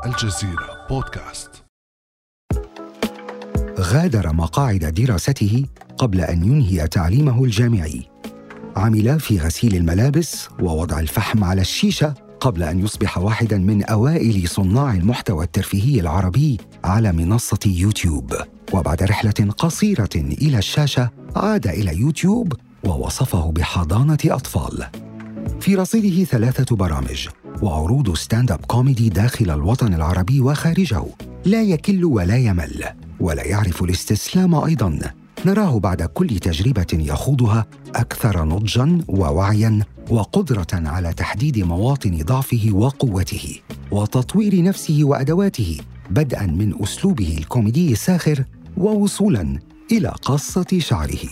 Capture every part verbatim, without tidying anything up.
الجزيرة بودكاست. غادر مقاعد دراسته قبل أن ينهي تعليمه الجامعي. عمل في غسيل الملابس ووضع الفحم على الشيشة قبل أن يصبح واحداً من أوائل صناع المحتوى الترفيهي العربي على منصة يوتيوب. وبعد رحلة قصيرة إلى الشاشة عاد إلى يوتيوب ووصفه بحضانة أطفال. في رصيده ثلاثة برامج وعروض ستاند اب كوميدي داخل الوطن العربي وخارجه. لا يكل ولا يمل ولا يعرف الاستسلام أيضاً. نراه بعد كل تجربة يخوضها أكثر نضجاً ووعياً وقدرة على تحديد مواطن ضعفه وقوته وتطوير نفسه وأدواته، بدءاً من أسلوبه الكوميدي الساخر ووصولاً إلى قصة شعره.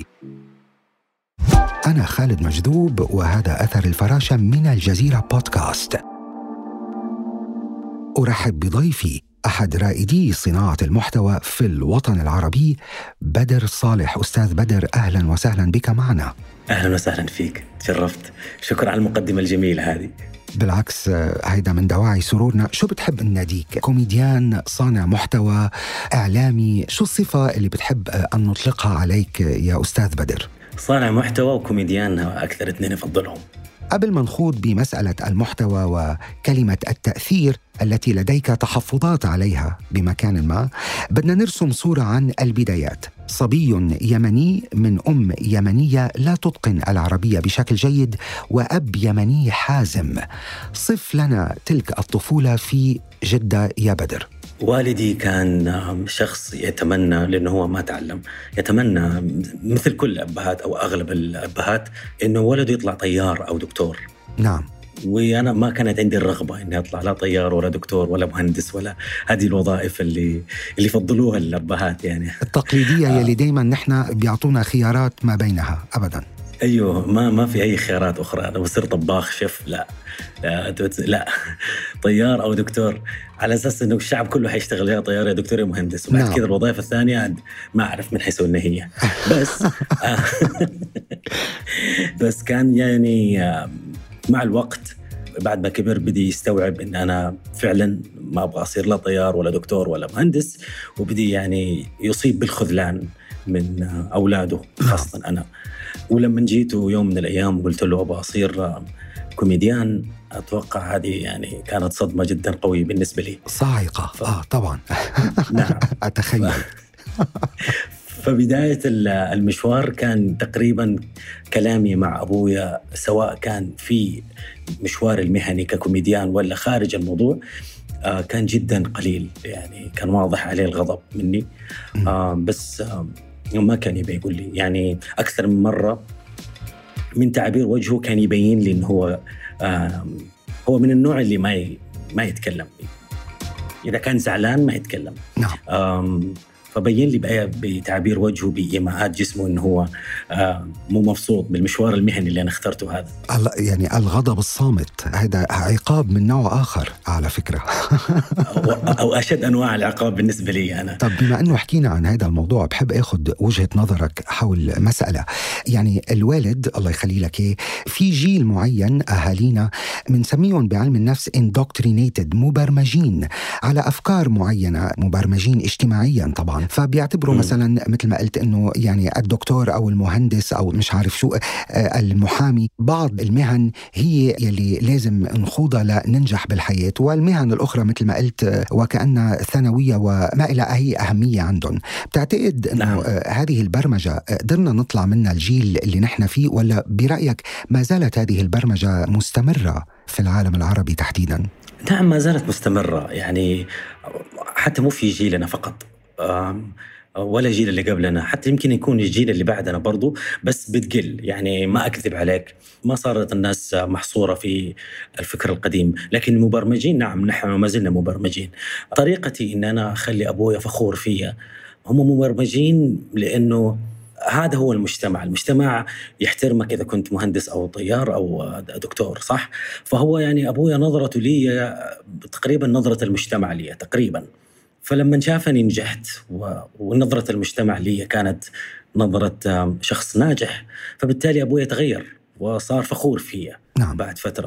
أنا خالد مجذوب وهذا أثر الفراشة من الجزيرة بودكاست. أرحب بضيفي أحد رائدي صناعة المحتوى في الوطن العربي، بدر صالح. أستاذ بدر، أهلا وسهلا بك معنا. أهلا وسهلا فيك، تشرفت. شكرا على المقدمة الجميلة هذه. بالعكس، هيدا من دواعي سرورنا. شو بتحب نناديك؟ كوميديان، صانع محتوى، إعلامي؟ شو الصفة اللي بتحب أن نطلقها عليك يا أستاذ بدر؟ صانع محتوى وكوميديان أكثر اثنين أفضلهم. قبل ما نخوض بمسألة المحتوى وكلمة التأثير التي لديك تحفظات عليها بمكان ما، بدنا نرسم صورة عن البدايات. صبي يمني من أم يمنية لا تتقن العربية بشكل جيد وأب يمني حازم. صف لنا تلك الطفولة في جدة يا بدر. والدي كان شخص يتمنى، لأنه هو ما تعلم، يتمنى مثل كل الأبهات أو أغلب الأبهات إنه ولده يطلع طيار أو دكتور. نعم. وأنا ما كانت عندي الرغبة إني أطلع لا طيار ولا دكتور ولا مهندس ولا هذه الوظائف اللي اللي فضلوها الأبهات يعني التقليدية آه. يلي دايما نحن بيعطونا خيارات ما بينها أبدا. أيوه، ما ما في أي خيارات أخرى. أنا بصير طباخ شيف، لا لا, لا. طيار أو دكتور، على أساس إنه الشعب كله حيشتغل يا طيار يا دكتور يا مهندس، وبعد نعم. كذا الوظائف الثانية ما أعرف من حيث إن هي بس بس كان يعني مع الوقت بعد ما كبر بدي يستوعب إن أنا فعلا ما أبغى أصير لا طيار ولا دكتور ولا مهندس، وبدي يعني يصيب بالخذلان من أولاده خاصة أنا. ولما جيته يوم من الأيام وقلت له أبغى أصير كوميديان، أتوقع هذه يعني كانت صدمة جدا قوية بالنسبة لي. صاعقة. ف... آه طبعا. نعم. أتخيل. فبداية المشوار كان تقريبا كلامي مع أبويا، سواء كان في مشوار المهني ككوميديان ولا خارج الموضوع، آه كان جدا قليل. يعني كان واضح عليه الغضب مني. آه بس آه ما كان يبي يقول لي، يعني أكثر من مرة من تعبير وجهه كان يبين لي إنه هو آه هو من النوع اللي ما ما يتكلم. إذا كان زعلان ما يتكلم. نعم. فبين لي بتعبير وجهه بإيماءات جسمه إنه هو آه مو مبسوط بالمشوار المهني اللي أنا اخترته هذا. يعني الغضب الصامت هذا عقاب من نوع آخر على فكرة. أو, أو أشد أنواع العقاب بالنسبة لي أنا. طب بما أنه حكينا عن هذا الموضوع، بحب أخذ وجهة نظرك حول مسألة. يعني الوالد الله يخلي لك، في جيل معين أهالينا بنسميهم بعلم النفس indoctrinated، مبرمجين على أفكار معينة، مبرمجين اجتماعيا طبعا. فبيعتبروا م. مثلا مثل ما قلت انه يعني الدكتور او المهندس او مش عارف شو المحامي، بعض المهن هي يلي لازم نخوضها لننجح بالحياة، والمهن الاخرى مثل ما قلت وكأنها ثانوية وما إلى أي أهمية عندهم. بتعتقد انه نعم. هذه البرمجة قدرنا نطلع منها الجيل اللي نحن فيه، ولا برأيك ما زالت هذه البرمجة مستمرة في العالم العربي تحديدا؟ نعم، ما زالت مستمرة. يعني حتى مو في جيلنا فقط ولا الجيل اللي قبلنا، حتى يمكن يكون الجيل اللي بعدنا برضو، بس بتقل. يعني ما أكذب عليك، ما صارت الناس محصورة في الفكر القديم، لكن المبرمجين نعم، نحن ما زلنا مبرمجين. طريقتي إن أنا أخلي أبويا فخور فيا، هم مبرمجين لأنه هذا هو المجتمع. المجتمع يحترمك إذا كنت مهندس أو طيار أو دكتور، صح؟ فهو يعني أبويا نظرته لي تقريبا نظرة المجتمع لي تقريبا. فلما شافني نجحت ونظرة المجتمع لي كانت نظرة شخص ناجح، فبالتالي أبويا تغير وصار فخور فيا. نعم. بعد فترة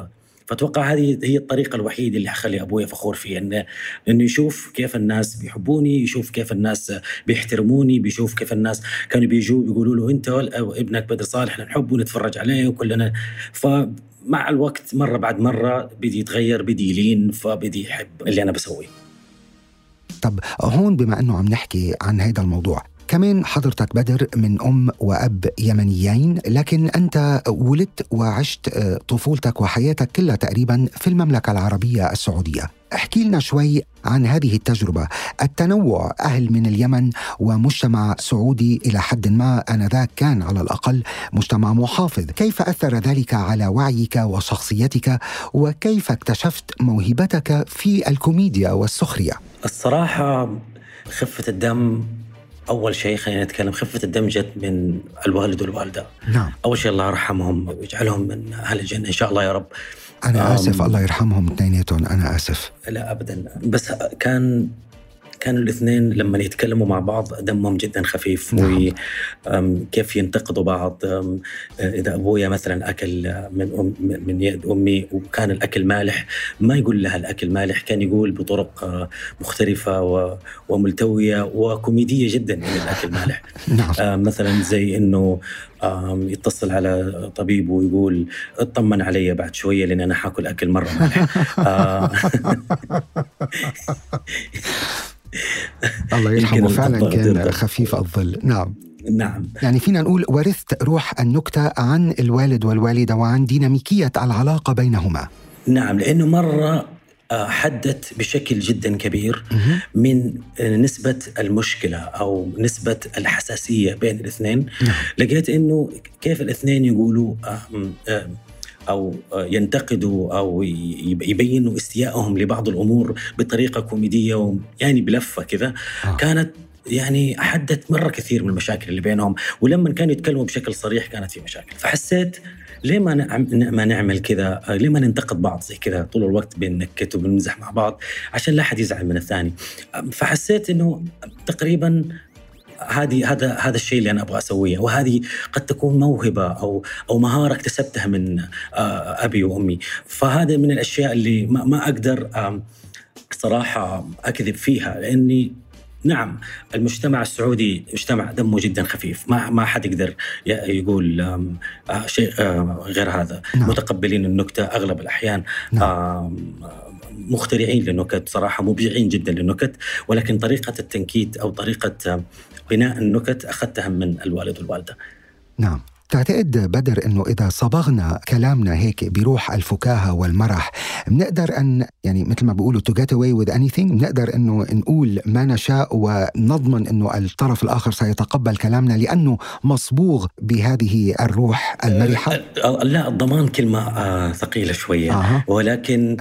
فأتوقع هذه هي الطريقة الوحيدة اللي حخلي أبوي فخور فيها، إنه إنه يشوف كيف الناس بيحبوني، يشوف كيف الناس بيحترموني، بيشوف كيف الناس كانوا بيجوا بيقولوا له أنت وابنك بدر صالح نحبه ونتفرج عليه وكلنا. فمع الوقت مرة بعد مرة بدي يتغير، بدي يلين، فبدي يحب اللي أنا بسويه. طب هون بما أنه عم نحكي عن هذا الموضوع، كمان حضرتك بدر من أم وأب يمنيين، لكن أنت ولدت وعشت طفولتك وحياتك كلها تقريبا في المملكة العربية السعودية. احكي لنا شوي عن هذه التجربة، التنوع، أهل من اليمن ومجتمع سعودي إلى حد ما آنذاك كان على الأقل مجتمع محافظ، كيف أثر ذلك على وعيك وشخصيتك، وكيف اكتشفت موهبتك في الكوميديا والسخرية؟ الصراحة خفة الدم أول شيء، خلينا نتكلم، خفة الدم جت من الوالد والوالدة. نعم. أول شيء الله يرحمهم ويجعلهم من أهل الجنة إن شاء الله يا رب. أنا آسف، الله يرحمهم اثنيناتهم، أنا آسف. لا أبدا، بس كان كانوا الاثنين لما يتكلموا مع بعض دمهم جدا خفيف. نعم. وكيف ينتقدوا بعض. إذا أبويا مثلا أكل من أم من يد أمي وكان الأكل مالح، ما يقول لها الأكل مالح، كان يقول بطرق مختلفة وملتوية وكوميدية جدا من الأكل مالح. نعم. مثلا زي إنه يتصل على طبيب ويقول اطمن علي بعد شوية لأن أنا حاكل أكل مرة مالح. الله يرحمه، فعلا كان خفيف الظل. نعم. نعم. يعني فينا نقول ورثت روح النكتة عن الوالد والوالدة وعن ديناميكية العلاقة بينهما. نعم، لأنه مرة حدت بشكل جدا كبير من نسبة المشكلة أو نسبة الحساسية بين الاثنين. لقيت إنه كيف الاثنين يقولوا أو ينتقدوا أو يبينوا استيائهم لبعض الأمور بطريقة كوميدية يعني بلفة كذا. آه. كانت يعني حدت مرة كثير من المشاكل اللي بينهم، ولما كانوا يتكلموا بشكل صريح كانت في مشاكل. فحسيت ليه ما ما نعمل كذا، ليه ما ننتقد بعض زي كذا طول الوقت، بننكت وبنمزح مع بعض عشان لا حد يزعل من الثاني. فحسيت إنه تقريبا هذه هذا هذا الشيء اللي أنا أبغى أسويه، وهذه قد تكون موهبة أو أو مهارة اكتسبتها من أبي وأمي. فهذا من الأشياء اللي ما ما أقدر صراحة أكذب فيها، لأني نعم المجتمع السعودي مجتمع دمه جدا خفيف، ما ما حد يقدر يقول شيء غير هذا. نعم. متقبلين النكتة أغلب الأحيان. نعم. مخترعين للنكت صراحة، مبدعين جدا للنكت، ولكن طريقة التنكيت أو طريقة بناء النكت أخذتها من الوالد والوالدة. نعم. تعتقد بدر أنه إذا صبغنا كلامنا هيك بروح الفكاهة والمرح بنقدر أن يعني مثل ما بيقولوا to get away with anything، بنقدر أنه نقول ما نشاء ونضمن أنه الطرف الآخر سيتقبل كلامنا لأنه مصبوغ بهذه الروح المرحة؟ لا، الضمان كلمة ثقيلة شوية. آه. ولكن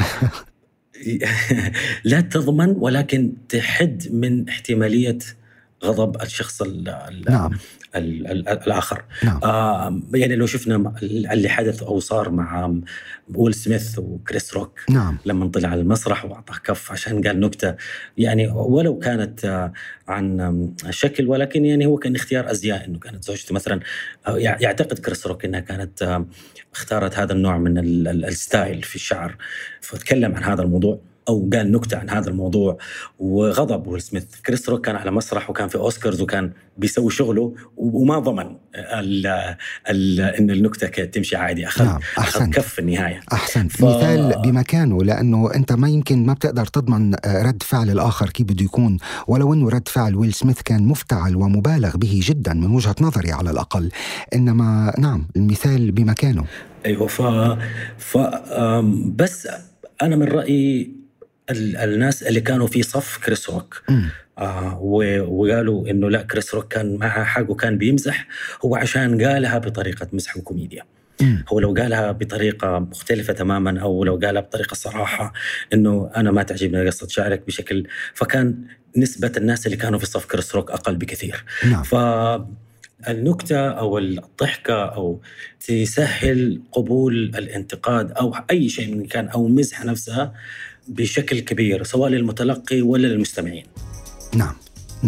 لا تضمن، ولكن تحد من احتمالية غضب الشخص نعم. الآخر. نعم. آه يعني لو شفنا اللي حدث أو صار مع ويل سميث وكريس روك. نعم. لما طلع على المسرح وأعطاه كف عشان قال نكتة، يعني ولو كانت آه عن شكل، ولكن يعني هو كان اختيار أزياء، إنه كانت زوجته مثلا يعتقد كريس روك إنها كانت آه اختارت هذا النوع من الستايل في الشعر، فتكلم عن هذا الموضوع أو قال نكتة عن هذا الموضوع وغضب ويل سميث. كريس روك كان على مسرح وكان في أوسكارز وكان بيسوي شغله وما ضمن ال ال إن النكتة كانت تمشي عادي، أخذ, نعم. أخذ كف في النهاية. أحسن ف... مثال بمكانه، لأنه أنت ما يمكن ما بتقدر تضمن رد فعل الآخر كيف بده يكون، ولو أنه رد فعل ويل سميث كان مفتعل ومبالغ به جدا من وجهة نظري على الأقل، إنما نعم المثال بمكانه. أيوة. ف... ف... بس أنا من رأيي الناس اللي كانوا في صف كريس روك آه وقالوا إنه لا، كريس روك كان معها حق وكان بيمزح، هو عشان قالها بطريقة مزح وكوميديا. م. هو لو قالها بطريقة مختلفة تماما، أو لو قالها بطريقة صراحة إنه أنا ما تعجبني قصة شعرك بشكل، فكان نسبة الناس اللي كانوا في صف كريس روك أقل بكثير. نعم. ف النكتة أو الضحكة أو تسهل قبول الانتقاد أو أي شيء من كان أو مزح نفسها بشكل كبير، سواء للمتلقي ولا للمستمعين. نعم. نعم.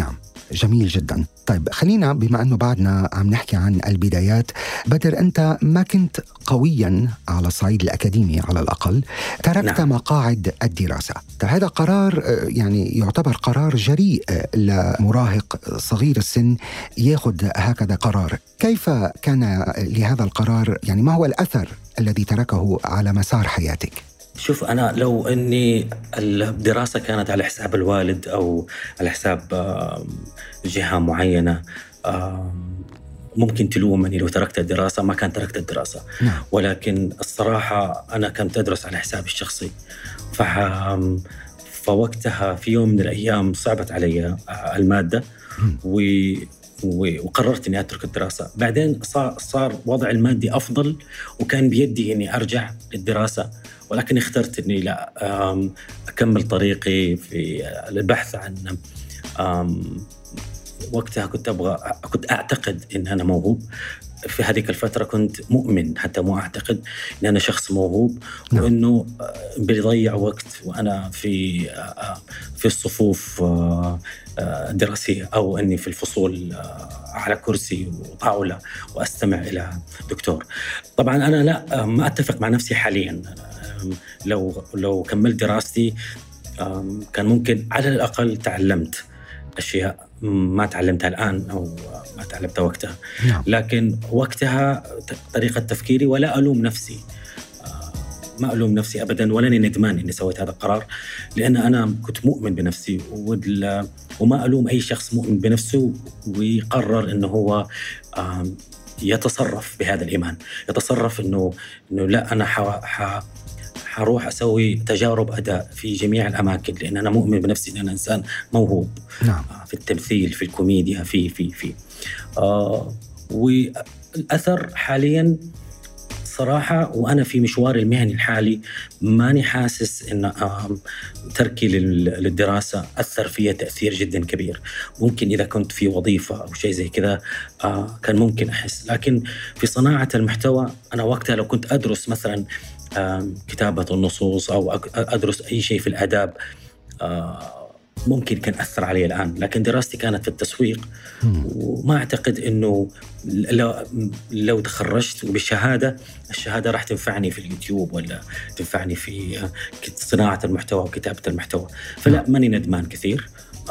جميل جدا. طيب خلينا بما أنه بعدنا عم نحكي عن البدايات، بدر أنت ما كنت قويا على الصعيد الأكاديمي على الأقل، تركت نعم. مقاعد الدراسة. طيب هذا قرار يعني يعتبر قرار جريء لمراهق صغير السن ياخذ هكذا قرار. كيف كان لهذا القرار، يعني ما هو الأثر الذي تركه على مسار حياتك؟ شوف، أنا لو أني الدراسة كانت على حساب الوالد أو على حساب جهة معينة ممكن تلومني لو تركت الدراسة، ما كان تركت الدراسة. نعم. ولكن الصراحة أنا كنت أدرس على حسابي الشخصي، فوقتها في يوم من الأيام صعبت علي المادة و وقررت إني أترك الدراسة. بعدين صار وضع المادي أفضل وكان بيدي إني أرجع للدراسة، ولكن اخترت إني لا أكمل طريقي في البحث عن وقتها كنت أبغى كنت أعتقد إن أنا موهوب. في هذيك الفترة كنت مؤمن حتى مو أعتقد إن أنا شخص موهوب، وإنه بيضيع وقت وأنا في في الصفوف دراسية أو أني في الفصول على كرسي وطاولة وأستمع إلى دكتور. طبعا أنا لا ما أتفق مع نفسي حاليا. لو لو كملت دراستي كان ممكن على الأقل تعلمت أشياء ما تعلمتها الآن أو ما تعلمتها وقتها. نعم. لكن وقتها طريقة تفكيري، ولا ألوم نفسي، ما ألوم نفسي أبداً، ولاني ندمان إني سويت هذا القرار، لأن أنا كنت مؤمن بنفسي، وما ألوم أي شخص مؤمن بنفسه ويقرر إنه هو يتصرف بهذا الإيمان، يتصرف إنه إنه لا أنا ح حروح أسوي تجارب أداء في جميع الأماكن، لأن أنا مؤمن بنفسي إن أنا إنسان موهوب. نعم. في التمثيل، في الكوميديا، في في في آه والأثر حالياً صراحة، وأنا في مشواري المهني الحالي ماني حاسس إن تركي للدراسة أثر فيها تأثير جدا كبير. ممكن إذا كنت في وظيفة أو شيء زي كذا كان ممكن أحس، لكن في صناعة المحتوى أنا وقتها لو كنت أدرس مثلا كتابة النصوص أو أدرس أي شيء في الآداب ممكن كان أثر علي الآن، لكن دراستي كانت في التسويق، وما أعتقد إنه لو, لو تخرجت وبالشهادة الشهادة راح تنفعني في اليوتيوب ولا تنفعني في صناعة المحتوى وكتابة المحتوى. فلا، ماني ندمان كثير.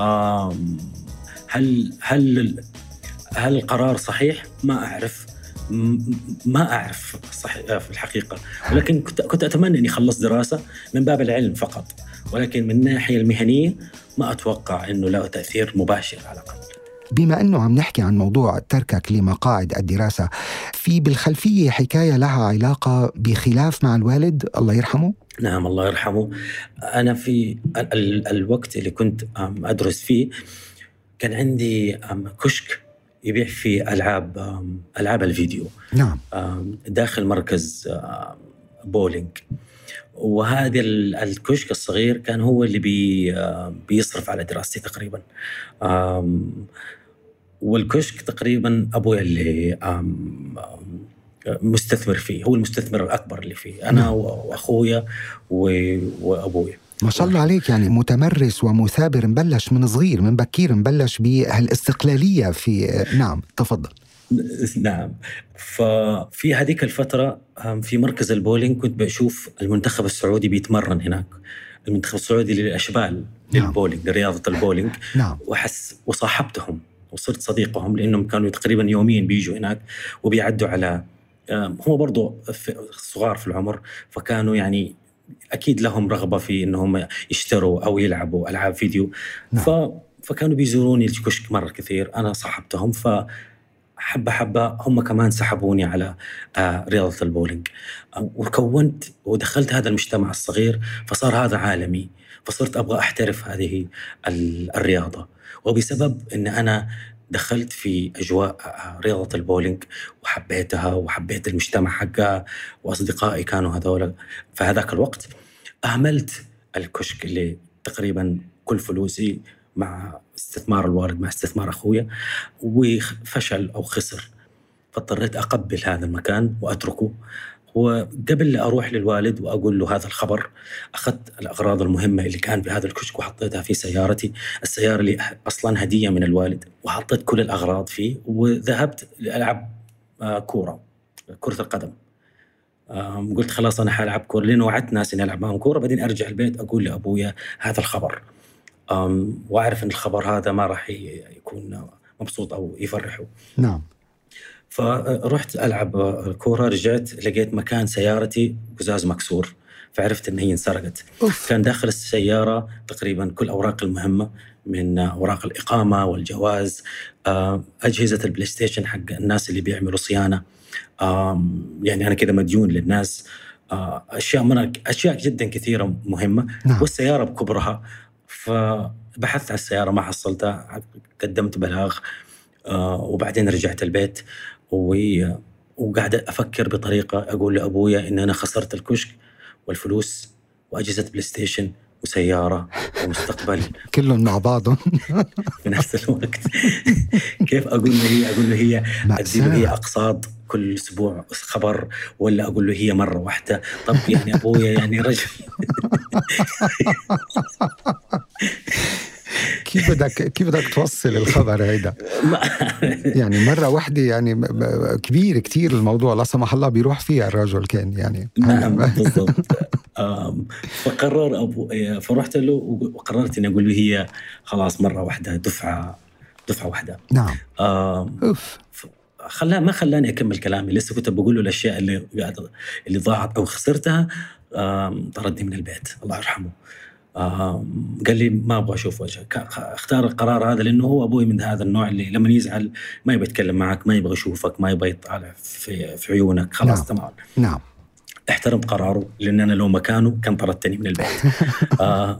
هل هل هل القرار صحيح؟ ما أعرف ما أعرف صحيح في الحقيقة، ولكن كنت كنت أتمنى إني خلص دراسة من باب العلم فقط، ولكن من الناحية المهنية ما أتوقع إنه له تأثير مباشر على الأقل. بما أنه عم نحكي عن موضوع تركك لمقاعد الدراسة، في بالخلفية حكاية لها علاقة بخلاف مع الوالد الله يرحمه؟ نعم الله يرحمه. أنا في ال- ال- الوقت اللي كنت أدرس فيه كان عندي كشك يبيع فيه ألعاب ألعاب الفيديو. نعم. داخل مركز بولينج، وهذا الكشك الصغير كان هو اللي بي بيصرف على دراستي تقريبا. والكشك تقريبا أبوي اللي مستثمر فيه، هو المستثمر الأكبر اللي فيه، أنا وأخويا وأبوي. ما شاء الله عليك، يعني متمرس ومثابر، مبلش من صغير من بكير، مبلش بهالاستقلالية في. نعم تفضل. نعم. ففي هذيك الفترة في مركز البولينج كنت بشوف المنتخب السعودي بيتمرن هناك، المنتخب السعودي للأشبال. نعم. للبولينج، لرياضة البولينج. نعم. وحس وصاحبتهم وصرت صديقهم، لأنهم كانوا تقريبا يوميا بيجوا هناك وبيعدوا على هم برضو صغار في العمر، فكانوا يعني أكيد لهم رغبة في إنهم يشتروا أو يلعبوا ألعاب فيديو. نعم. ف... فكانوا بيزوروني الكشك مرة كثير، أنا صاحبتهم، فحبة حبة هم كمان سحبوني على رياضة البولينج، وكونت ودخلت هذا المجتمع الصغير، فصار هذا عالمي، فصرت أبغى أحترف هذه الرياضة. وبسبب إن أنا دخلت في أجواء رياضة البولينج وحبيتها وحبيت المجتمع حقها وأصدقائي كانوا هذول، فهذاك الوقت أهملت الكشك اللي تقريبا كل فلوسي مع استثمار الوالد مع استثمار أخويا، وفشل أو خسر، فاضطريت أقبل هذا المكان وأتركه وقبل لا أروح للوالد وأقول له هذا الخبر، أخذت الأغراض المهمة اللي كان بهذا الكشك وحطيتها في سيارتي، السيارة اللي أصلاً هدية من الوالد، وحطيت كل الأغراض فيه وذهبت لألعب كورة كرة القدم. قلت خلاص أنا حالعب كورة، لأنه وعدت ناس إني ألعب معهم كورة، بعدين أرجع البيت أقول لأبويا هذا الخبر، وأعرف إن الخبر هذا ما راح يكون مبسوط أو يفرحه. نعم. فرحت ألعب كورة، رجعت لقيت مكان سيارتي قزاز مكسور، فعرفت إن هي انسرقت. أوف. كان داخل السيارة تقريبا كل أوراق المهمة، من أوراق الإقامة والجواز، أجهزة البلاي ستيشن حق الناس اللي بيعملوا صيانة، يعني أنا كده مديون للناس، أشياء من أشياء جدا كثيرة مهمة. نعم. والسيارة بكبرها، فبحثت على السيارة ما حصلتها، قدمت بلاغ، وبعدين رجعت البيت وقاعد أفكر بطريقة أقول لأبويا إن أنا خسرت الكشك والفلوس وأجهزة بلاي ستيشن وسيارة ومستقبل كلهم مع بعضهم في نفس الوقت. كيف أقول له هي أقول له هي أديله هي أقساط كل أسبوع خبر، ولا أقول له هي مرة واحدة؟ طب يعني أبويا يعني رجل كيف بدك كيف بدك توصل الخبر هيدا؟ يعني مرة واحدة يعني كبير كتير الموضوع، لا سمح الله بيروح فيها الرجل كان يعني. نعم بالضبط. فقرر أبو فرحت له وقررت إني أقول له هي خلاص مرة واحدة، دفعة دفعة واحدة. نعم. أوف. خلا ما خلاني أكمل كلامي، لسه كنت بقول له الأشياء اللي اللي ضاعت أو خسرتها. طردني من البيت الله يرحمه. قال لي ما أبغى أشوف وجهك. اختار القرار هذا لأنه هو أبوي من هذا النوع اللي لما يزعل ما يبغى يتكلم معك، ما يبغى يشوفك، ما يبغى يطالع في في عيونك، خلاص. نعم. تمام. نعم. احترمت قراره، لأن أنا لو مكانه كان طردتني من البيت. آه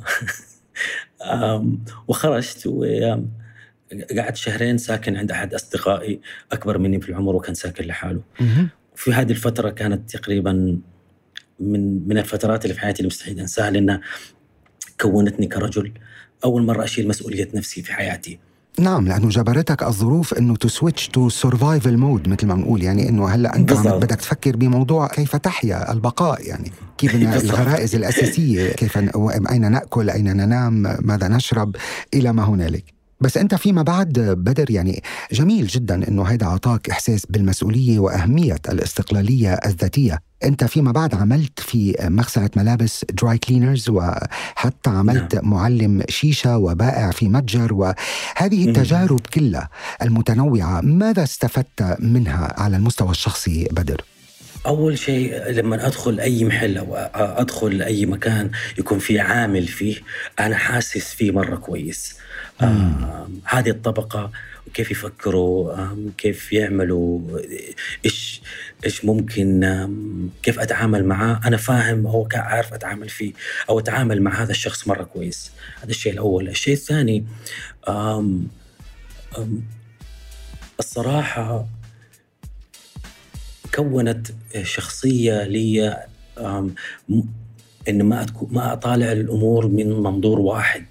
وخرجت وقعدت شهرين ساكن عند أحد أصدقائي أكبر مني في العمر، وكان ساكن لحاله. في هذه الفترة كانت تقريبا من من الفترات اللي في حياتي اللي مستحيل أنساها، لأنها كونتني كرجل. أول مرة أشيل مسؤولية نفسي في حياتي. نعم، لأنه جبرتك الظروف إنه to switch to survival mode مثل ما بنقول، يعني إنه هلأ أنت بدك تفكر بموضوع كيف تحيا البقاء، يعني كيف الغرائز الأساسية، كيف أين نأكل، أين ننام، ماذا نشرب، إلى ما هنالك. بس أنت فيما بعد بدر يعني جميل جدا إنه هيدا عطاك إحساس بالمسؤولية وأهمية الاستقلالية الذاتية. أنت فيما بعد عملت في مغسلة ملابس دراي كلينرز، وحتى عملت نعم. معلم شيشة وبائع في متجر، وهذه التجارب كلها المتنوعة ماذا استفدت منها على المستوى الشخصي بدر؟ أول شيء لما أدخل أي محل أو أدخل أي مكان يكون في عامل فيه أنا حاسس فيه مرة كويس. آه هذه الطبقة كيف يفكروا، آه كيف يعملوا، إيش إيش ممكن، آه كيف أتعامل معاه، أنا فاهم أو عارف أتعامل فيه أو أتعامل مع هذا الشخص مرة كويس. هذا الشيء الأول. الشيء الثاني آم آم الصراحة كونت شخصية لي، إن ما ما أطالع الأمور من منظور واحد.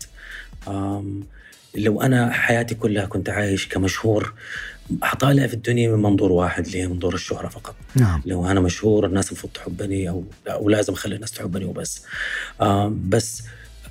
لو أنا حياتي كلها كنت عايش كمشهور، أطالع في الدنيا من منظور واحد، اللي هي منظور الشهرة فقط. نعم. لو أنا مشهور الناس المفروض تحبني، أو أو لازم أخلي الناس تحبني وبس. بس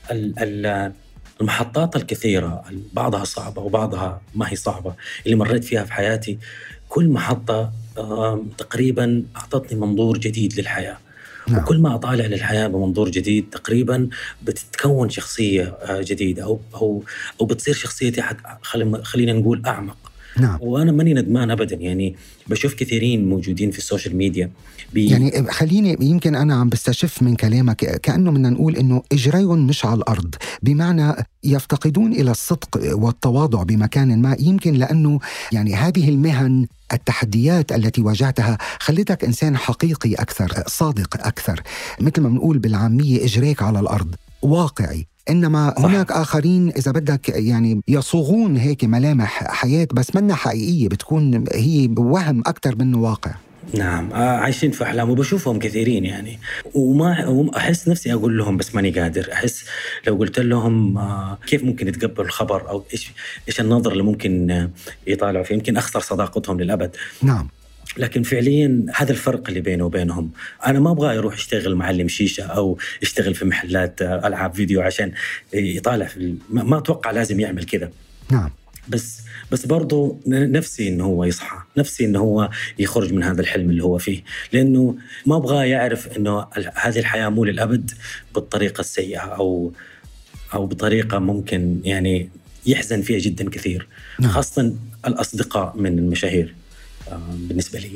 المحطات الكثيرة بعضها صعبة وبعضها ما هي صعبة اللي مريت فيها في حياتي، كل محطة تقريبا أعطتني منظور جديد للحياة. نعم. وكل ما أطالع للحياة بمنظور جديد تقريبا بتتكون شخصية جديدة، أو أو أو بتصير شخصيتي خلينا نقول أعمق. نعم. وأنا ماني ندمان أبدا، يعني بشوف كثيرين موجودين في السوشيال ميديا بي... يعني خليني يمكن أنا عم بستشف من كلامك كأنه بدنا نقول إنه إجريهم مش على الأرض، بمعنى يفتقدون إلى الصدق والتواضع بمكان ما، يمكن لأنه يعني هذه المهن التحديات التي واجهتها خلتك إنسان حقيقي أكثر، صادق أكثر، مثل ما بنقول بالعامية إجريك على الأرض واقعي. إنما صح. هناك آخرين إذا بدك يعني يصوغون هيك ملامح حياة بس منها حقيقية، بتكون هي وهم أكتر منه واقع. نعم، عايشين في أحلام، وبشوفهم كثيرين يعني، وما أحس نفسي أقول لهم بس ماني قادر. أحس لو قلت لهم كيف ممكن يتقبلوا الخبر، أو إيش إيش النظر اللي ممكن يطالعوا فيه، يمكن أخسر صداقتهم للأبد. نعم. لكن فعليا هذا الفرق اللي بينه وبينهم. أنا ما أبغى يروح يشتغل معلم شيشة أو يشتغل في محلات ألعاب فيديو عشان يطالع في ما, ما أتوقع لازم يعمل كذا. نعم. بس بس برضو نفسي إنه هو يصحى، نفسي إنه هو يخرج من هذا الحلم اللي هو فيه، لأنه ما أبغى يعرف إنه هذه الحياة مو للأبد بالطريقة السيئة أو أو بطريقة ممكن يعني يحزن فيها جدا كثير. نعم. خاصة الأصدقاء من المشاهير بالنسبة لي.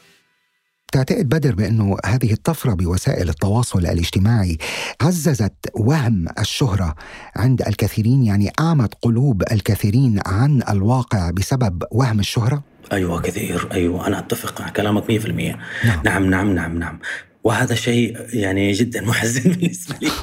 تعتقد بدر بأنه هذه الطفرة بوسائل التواصل الاجتماعي عززت وهم الشهرة عند الكثيرين، يعني أعمت قلوب الكثيرين عن الواقع بسبب وهم الشهرة؟ أيوة كثير، أيوة أنا أتفق مع كلامك مية في المية. نعم. نعم نعم نعم نعم وهذا شيء يعني جدا محزن بالنسبة لي.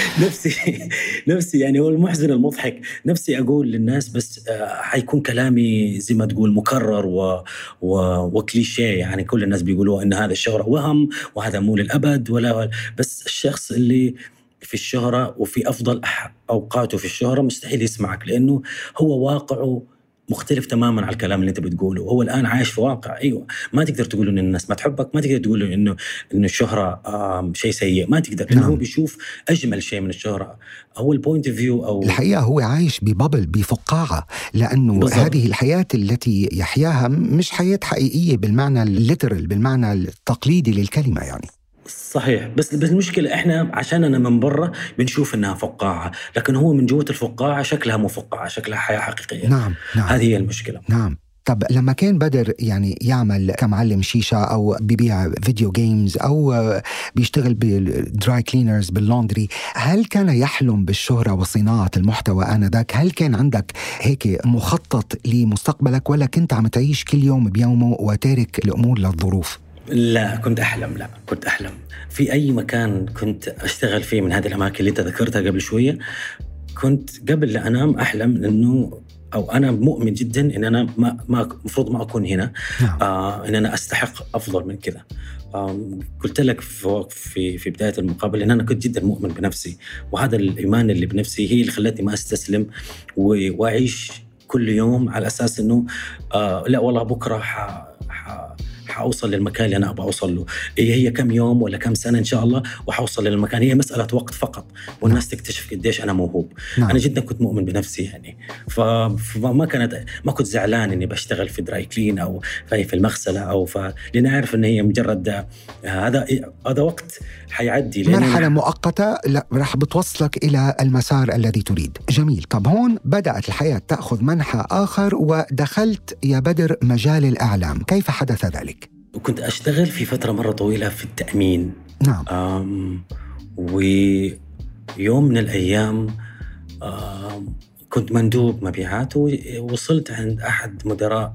نفسي نفسي يعني هو المحزن المضحك، نفسي أقول للناس بس حيكون كلامي زي ما تقول مكرر و... و... وكليشيه، يعني كل الناس بيقولوا إن هذا الشهرة وهم وهذا مو للأبد ولا، بس الشخص اللي في الشهرة وفي أفضل أوقاته في الشهرة مستحيل يسمعك، لأنه هو واقعه مختلف تماماً على الكلام اللي أنت بتقوله. هو الآن عايش في واقع، أيوة ما تقدر تقول إن الناس ما تحبك، ما تقدر تقول إنه إنه الشهرة شيء سيء، ما تقدر، لأنه نعم. هو بيشوف أجمل شيء من الشهرة، هو البوينت فيو أو الحقيقة هو عايش ببابل، بفقاعة، لأنه بالضبط. هذه الحياة التي يحياها مش حياة حقيقية بالمعنى الليترال، بالمعنى التقليدي للكلمة يعني. صحيح. بس بس المشكلة إحنا عشان أنا من برا بنشوف إنها فقاعة، لكن هو من جوة الفقاعة شكلها مو فقاعة، شكلها حياة حقيقية. نعم. نعم. هذه هي المشكلة. نعم. طب لما كان بدر يعني يعمل كمعلم شيشة أو بيبيع فيديو جيمز أو بيشتغل بالدراي كلينرز باللوندري، هل كان يحلم بالشهرة وصناعة المحتوى آنذاك؟ هل كان عندك هيك مخطط لمستقبلك، ولا كنت عم تعيش كل يوم بيومه وتارك الأمور للظروف؟ لا كنت أحلم، لا كنت أحلم في أي مكان كنت أشتغل فيه من هذه الأماكن اللي تذكرتها قبل شوية. كنت قبل لا أنام أحلم إنه أو أنا مؤمن جدا إن أنا ما ما مفروض ما أكون هنا. نعم. آه إن أنا أستحق أفضل من كذا. آه قلت لك في في في بداية المقابلة إن أنا كنت جدا مؤمن بنفسي، وهذا الإيمان اللي بنفسي هي اللي خلتني ما أستسلم وأعيش كل يوم على أساس إنه آه لا والله بكرة ح ح حأوصل للمكان اللي أنا أبغى أوصل له. هي هي كم يوم ولا كم سنة إن شاء الله وحوصل للمكان، هي مسألة وقت فقط، والناس تكتشف قديش أنا موهوب. نعم. أنا جدا كنت مؤمن بنفسي يعني، فما كانت ما كنت زعلان إني بشتغل في دراي كلين أو في المغسلة أو ف لأن أعرف إن هي مجرد هذا هذا وقت حيعدي، مرحلة مؤقتة لا راح بتوصلك إلى المسار الذي تريد. جميل. طب هون بدأت الحياة تأخذ منحى آخر ودخلت يا بدر مجال الإعلام، كيف حدث ذلك؟ وكنت أشتغل في فترة مرة طويلة في التأمين. نعم. ويوم من الأيام كنت مندوب مبيعات ووصلت عند أحد مدراء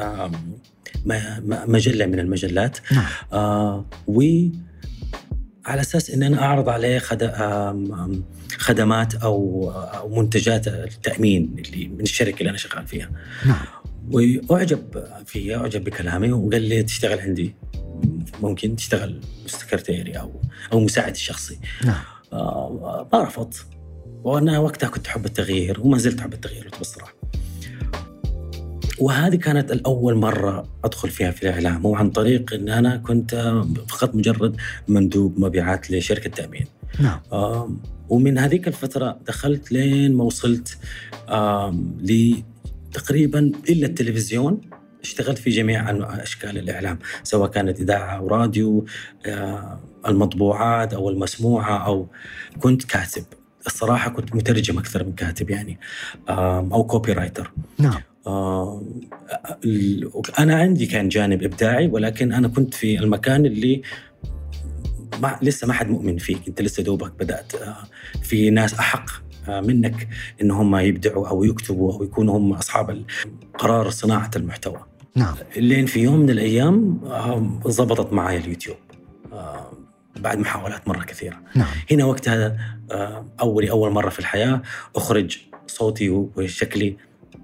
مجلة من المجلات. نعم. وعلى أساس أن أنا أعرض عليه خدمات أو منتجات التأمين اللي من الشركة اللي أنا شغال فيها. نعم. وأعجب فيه، أعجب بكلامي وقال لي تشتغل عندي، ممكن تشتغل سكرتيري أو أو مساعد الشخصي. نعم. آه ما رفضت، وأنا وقتها كنت أحب التغيير وما زلت أحب التغيير بصراحة. وهذه كانت الأول مرة أدخل فيها في الإعلام، وعن طريق أن أنا كنت فقط مجرد مندوب مبيعات لشركة تأمين. نعم. آه ومن هذيك الفترة دخلت لين ما وصلت آه لي تقريباً إلا التلفزيون. اشتغلت في جميع أشكال الإعلام، سواء كانت إذاعة أو راديو، المطبوعات أو المسموعة، أو كنت كاتب. الصراحة كنت مترجم أكثر من كاتب يعني، أو كوبي رايتر. نعم. أنا عندي كان جانب إبداعي، ولكن أنا كنت في المكان اللي ما لسه ما حد مؤمن فيك، أنت لسه دوبك بدأت. في ناس أحق منك إن هم يبدعوا أو يكتبوا أو يكونوا هم أصحاب قرار صناعة المحتوى. نعم. لين في يوم من الأيام ضبطت معي اليوتيوب بعد محاولات مرة كثيرة. نعم. هنا وقتها أول أول مرة في الحياة أخرج صوتي وشكلي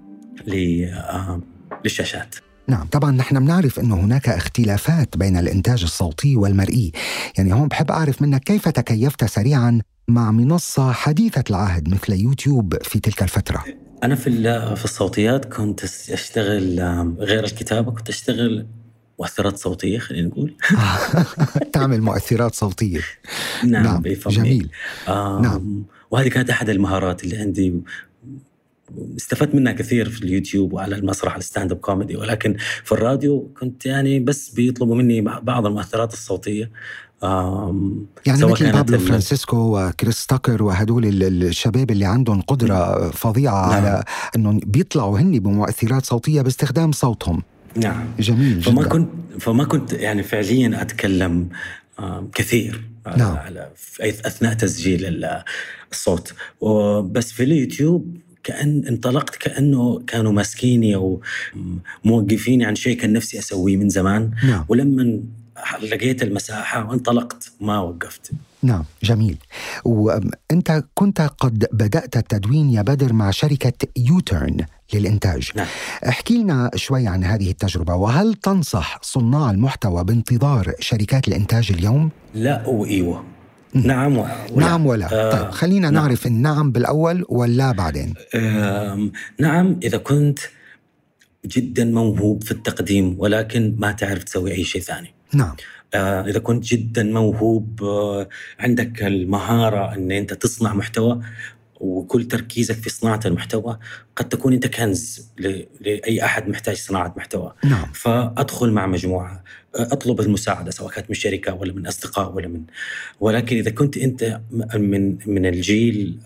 للشاشات. نعم. طبعا نحن بنعرف أنه هناك اختلافات بين الإنتاج الصوتي والمرئي، يعني هون بحب أعرف منك كيف تكيفت سريعا مع منصة حديثة العهد مثل يوتيوب في تلك الفترة؟ أنا في في الصوتيات كنت أشتغل غير الكتابة، كنت أشتغل مؤثرات صوتية خلينا نقول. تعمل مؤثرات صوتية. نعم, نعم. جميل. نعم. وهذه كانت أحد المهارات اللي عندي، استفدت منها كثير في اليوتيوب وعلى المسرح الستاند اب كوميدي، ولكن في الراديو كنت يعني بس بيطلبوا مني بعض المؤثرات الصوتية. يعني مثل بابلو فرانسيسكو وكريس تاكر وهدول الشباب اللي عندهم قدرة فظيعة. نعم. على أنهم بيطلعوا هني بمؤثرات صوتية باستخدام صوتهم. نعم. جميل فما جدا. كنت فما كنت يعني فعليا أتكلم كثير. نعم. على أثناء تسجيل الصوت، وبس في اليوتيوب كأن انطلقت، كأنه كانوا ماسكيني أو موقفيني عن شيء كان نفسي أسويه من زمان. نعم. ولما لقيت المساحة وانطلقت ما وقفت. نعم. جميل. وأنت كنت قد بدأت التدوين يا بدر مع شركة يوتيرن للإنتاج. نعم. احكي لنا شوي عن هذه التجربة، وهل تنصح صناع المحتوى بانتظار شركات الإنتاج اليوم؟ لا وإيوه. نعم ولا. نعم ولا. آه طيب خلينا نعم. نعرف النعم بالأول ولا بعدين. آه نعم إذا كنت جدا موهوب في التقديم ولكن ما تعرف تسوي أي شيء ثاني. نعم. آه إذا كنت جدا موهوب، آه عندك المهارة أن أنت تصنع محتوى وكل تركيزك في صناعة المحتوى، قد تكون أنت كنز لأي أحد محتاج صناعة محتوى. نعم. فأدخل مع مجموعة، أطلب المساعدة سواء كانت من شركة ولا من أصدقاء ولا من. ولكن إذا كنت أنت من من الجيل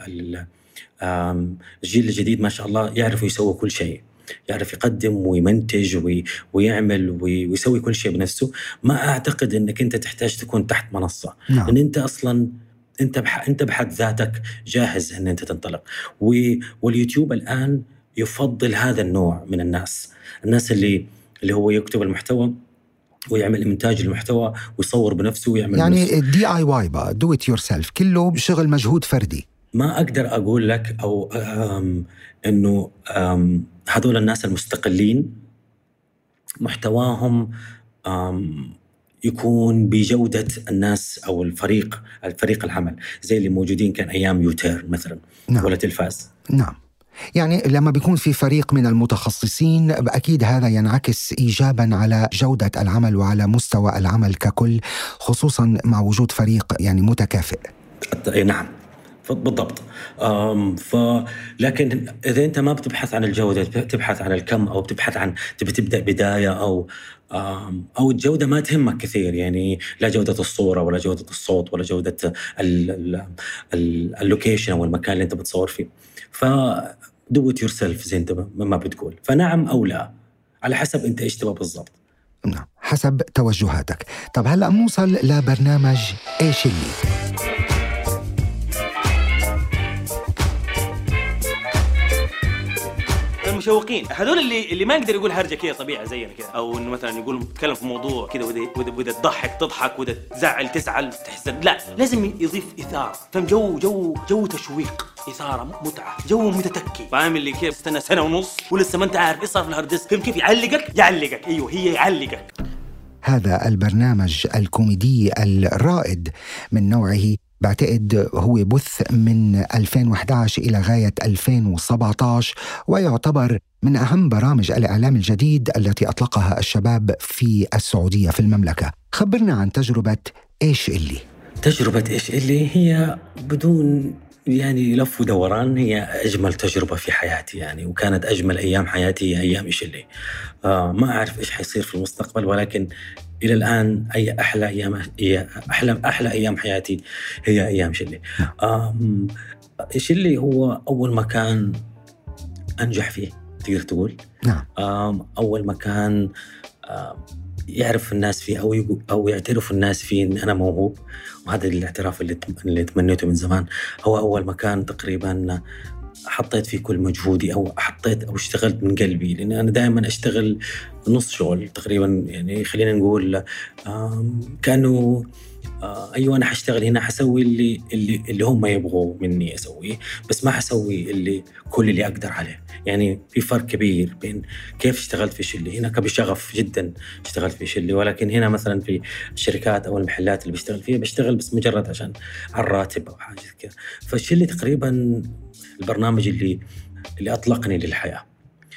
الجيل الجديد ما شاء الله يعرف يسوي كل شيء، يعرف يقدم ويمنتج ويعمل ويسوي كل شيء بنفسه، ما أعتقد أنك أنت تحتاج تكون تحت منصة. نعم. أن أنت أصلاً أنت بح... أنت بحد ذاتك جاهز أن أنت تنطلق. و... واليوتيوب الآن يفضل هذا النوع من الناس، الناس اللي اللي هو يكتب المحتوى ويعمل إنتاج المحتوى ويصور بنفسه ويعمل يعني دي آي واي بقى do it yourself، كله شغل مجهود فردي. ما أقدر أقول لك أو أم... إنه أم... هذول الناس المستقلين محتواهم أم... يكون بجودة الناس أو الفريق الفريق العمل زي اللي موجودين كان أيام يوتير مثلا. نعم. ولا تلفاز. نعم. يعني لما بيكون في فريق من المتخصصين أكيد هذا ينعكس إيجابا على جودة العمل وعلى مستوى العمل ككل، خصوصا مع وجود فريق يعني متكافئ. نعم بالضبط. ف لكن إذا أنت ما بتبحث عن الجودة، بتبحث عن الكم أو بتبحث عن تبي تبدأ بداية أو أو الجودة ما تهمك كثير، يعني لا جودة الصورة ولا جودة الصوت ولا جودة اللوكيشن أو المكان اللي أنت بتصور فيه. ف do it yourself زي أنت ما بتقول. فنعم أو لا على حسب أنت إيش تبغى بالضبط. نعم حسب توجهاتك. طب هلأ نوصل لبرنامج إيش اللي المشوقين هذول اللي اللي ما يقدر يقول هرجه كده طبيعه زينا كده، او انه مثلا يقول يتكلم في موضوع كده وده وده تضحك تضحك وده تزعل تزعل تحس، لا لازم يضيف اثاره، فهم جو جو جو تشويق، اثاره متعه، جو متتكي، فاهم اللي كيف استنى سنه ونص ولسه ما انت عارف ايش صار في الهارد ديسك، كيف يعلقك يعلقك ايوه هي يعلقك. هذا البرنامج الكوميدي الرائد من نوعه بعتقد هو بث من ألفين وإحدى عشر إلى غاية ألفين وسبعة عشر، ويعتبر من أهم برامج الإعلام الجديد التي أطلقها الشباب في السعودية في المملكة. خبرنا عن تجربة إيش اللي. تجربة إيش اللي هي بدون يعني لف ودوران هي أجمل تجربة في حياتي يعني، وكانت أجمل أيام حياتي هي أيام إيش اللي. آه ما أعرف إيش حيصير في المستقبل، ولكن إلى الآن أي أحلى أيام هي أحلى أحلى أيام حياتي هي أيام إيش اللي. آه إيش اللي هو أول مكان أنجح فيه تقدر تقول. نعم. آه أول مكان آه يعرف الناس فيه أو يقول أو يعترف الناس فيه إن أنا موهوب، وهذا الاعتراف اللي اللي تمنيته من زمان. هو أول مكان تقريبا حطيت فيه كل مجهودي أو حطيت أو اشتغلت من قلبي، لأن أنا دائما أشتغل نص شغل تقريبا، يعني خلينا نقول كانوا أيوة أنا حشتغل هنا حسوي اللي اللي اللي هم يبغوا مني أسويه، بس ما حسوي اللي كل اللي أقدر عليه. يعني في فرق كبير بين كيف اشتغلت في شلي هنا كبشغف جدا اشتغلت في شلي، ولكن هنا مثلا في الشركات أو المحلات اللي بشتغل فيها بشتغل بس مجرد عشان على الراتب أو حاجة كذا. فالشلي تقريبا البرنامج اللي اللي أطلقني للحياة.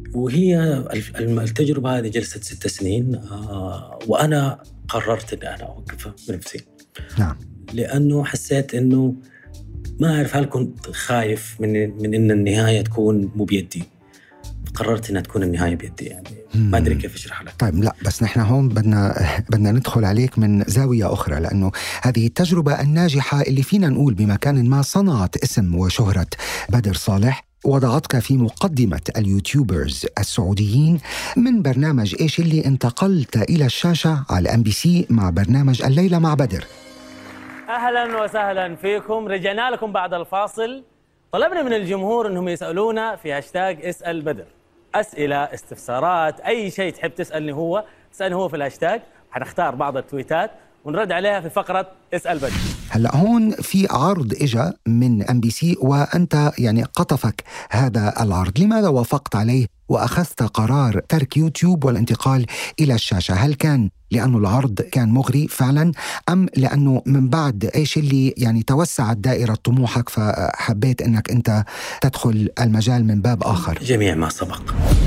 وهي التجربة هذه جلست ست سنين آه وأنا قررت أن أنا أوقفها بنفسي. نعم. لأنه حسيت أنه ما أعرف هل كنت خايف من من إن النهاية تكون مو بيدي. قررت إنها تكون النهاية بيدي يعني ما أدري كيف أشرح لك. طيب لا بس نحن هون بدنا بدنا ندخل عليك من زاوية أخرى، لأنه هذه التجربة الناجحة اللي فينا نقول بمكان ما صنعت اسم وشهرة بدر صالح، وضعتك في مقدمة اليوتيوبرز السعوديين من برنامج إيش اللي انتقلت إلى الشاشة على أم بي سي مع برنامج الليلة مع بدر. أهلا وسهلا فيكم، رجعنا لكم بعد الفاصل. طلبنا من الجمهور أنهم يسألونا في هاشتاج اسأل بدر أسئلة، استفسارات، أي شيء تحب تسألني هو تسألني هو في الهاشتاج. حنختار بعض التويتات ونرد عليها في فقرة اسأل بدر. هلا هون في عرض إجا من أم بي سي وأنت يعني قطفك هذا العرض، لماذا وافقت عليه وأخذت قرار ترك يوتيوب والانتقال إلى الشاشة؟ هل كان لأنه العرض كان مغري فعلا، أم لأنه من بعد إيش اللي يعني توسعت دائرة طموحك فحبيت أنك أنت تدخل المجال من باب آخر؟ جميع ما سبق.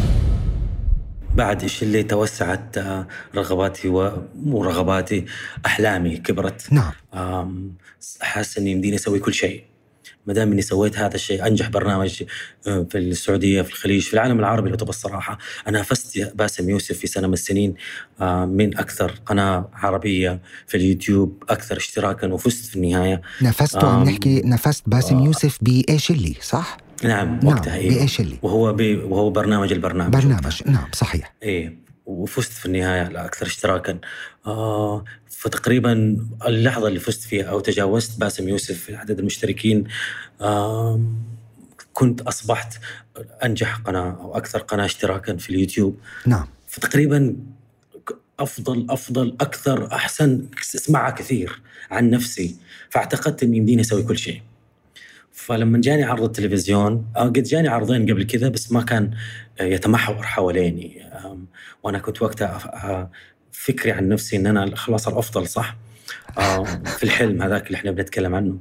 بعد إيش اللي توسعت رغباتي ومو رغباتي، أحلامي كبرت. نعم. حاسس إني يمديني أسوي كل شيء. ما دام إني سويت هذا الشيء، أنجح برنامج في السعودية، في الخليج، في العالم العربي، لو تبغى الصراحة أنا فزت باسم يوسف في سنة من السنين من أكثر قناة عربية في اليوتيوب أكثر اشتراكا، وفزت في النهاية. نفست عم نحكي نفست باسم يوسف بإيش اللي صح؟ نعم وقتها. نعم. بإيش اللي وهو بي وهو برنامج البرنامج برنامج وقتها. نعم صحيح. إيه وفزت في النهاية على أكثر اشتراكا. آه فتقريبا اللحظة اللي فزت فيها أو تجاوزت باسم يوسف في عدد المشتركين، آه كنت أصبحت أنجح قناة أو أكثر قناة اشتراكا في اليوتيوب. نعم. فتقريبا أفضل أفضل أكثر أحسن اسمعها كثير عن نفسي، فاعتقدت إني يمديني أسوي كل شيء. فلما جاني عرض التلفزيون، قد جاني عرضين قبل كذا بس ما كان يتمحور حواليني، وأنا كنت وقتها فكري عن نفسي إن أنا خلاص الأفضل صح في الحلم هذاك اللي إحنا بنتكلم عنه.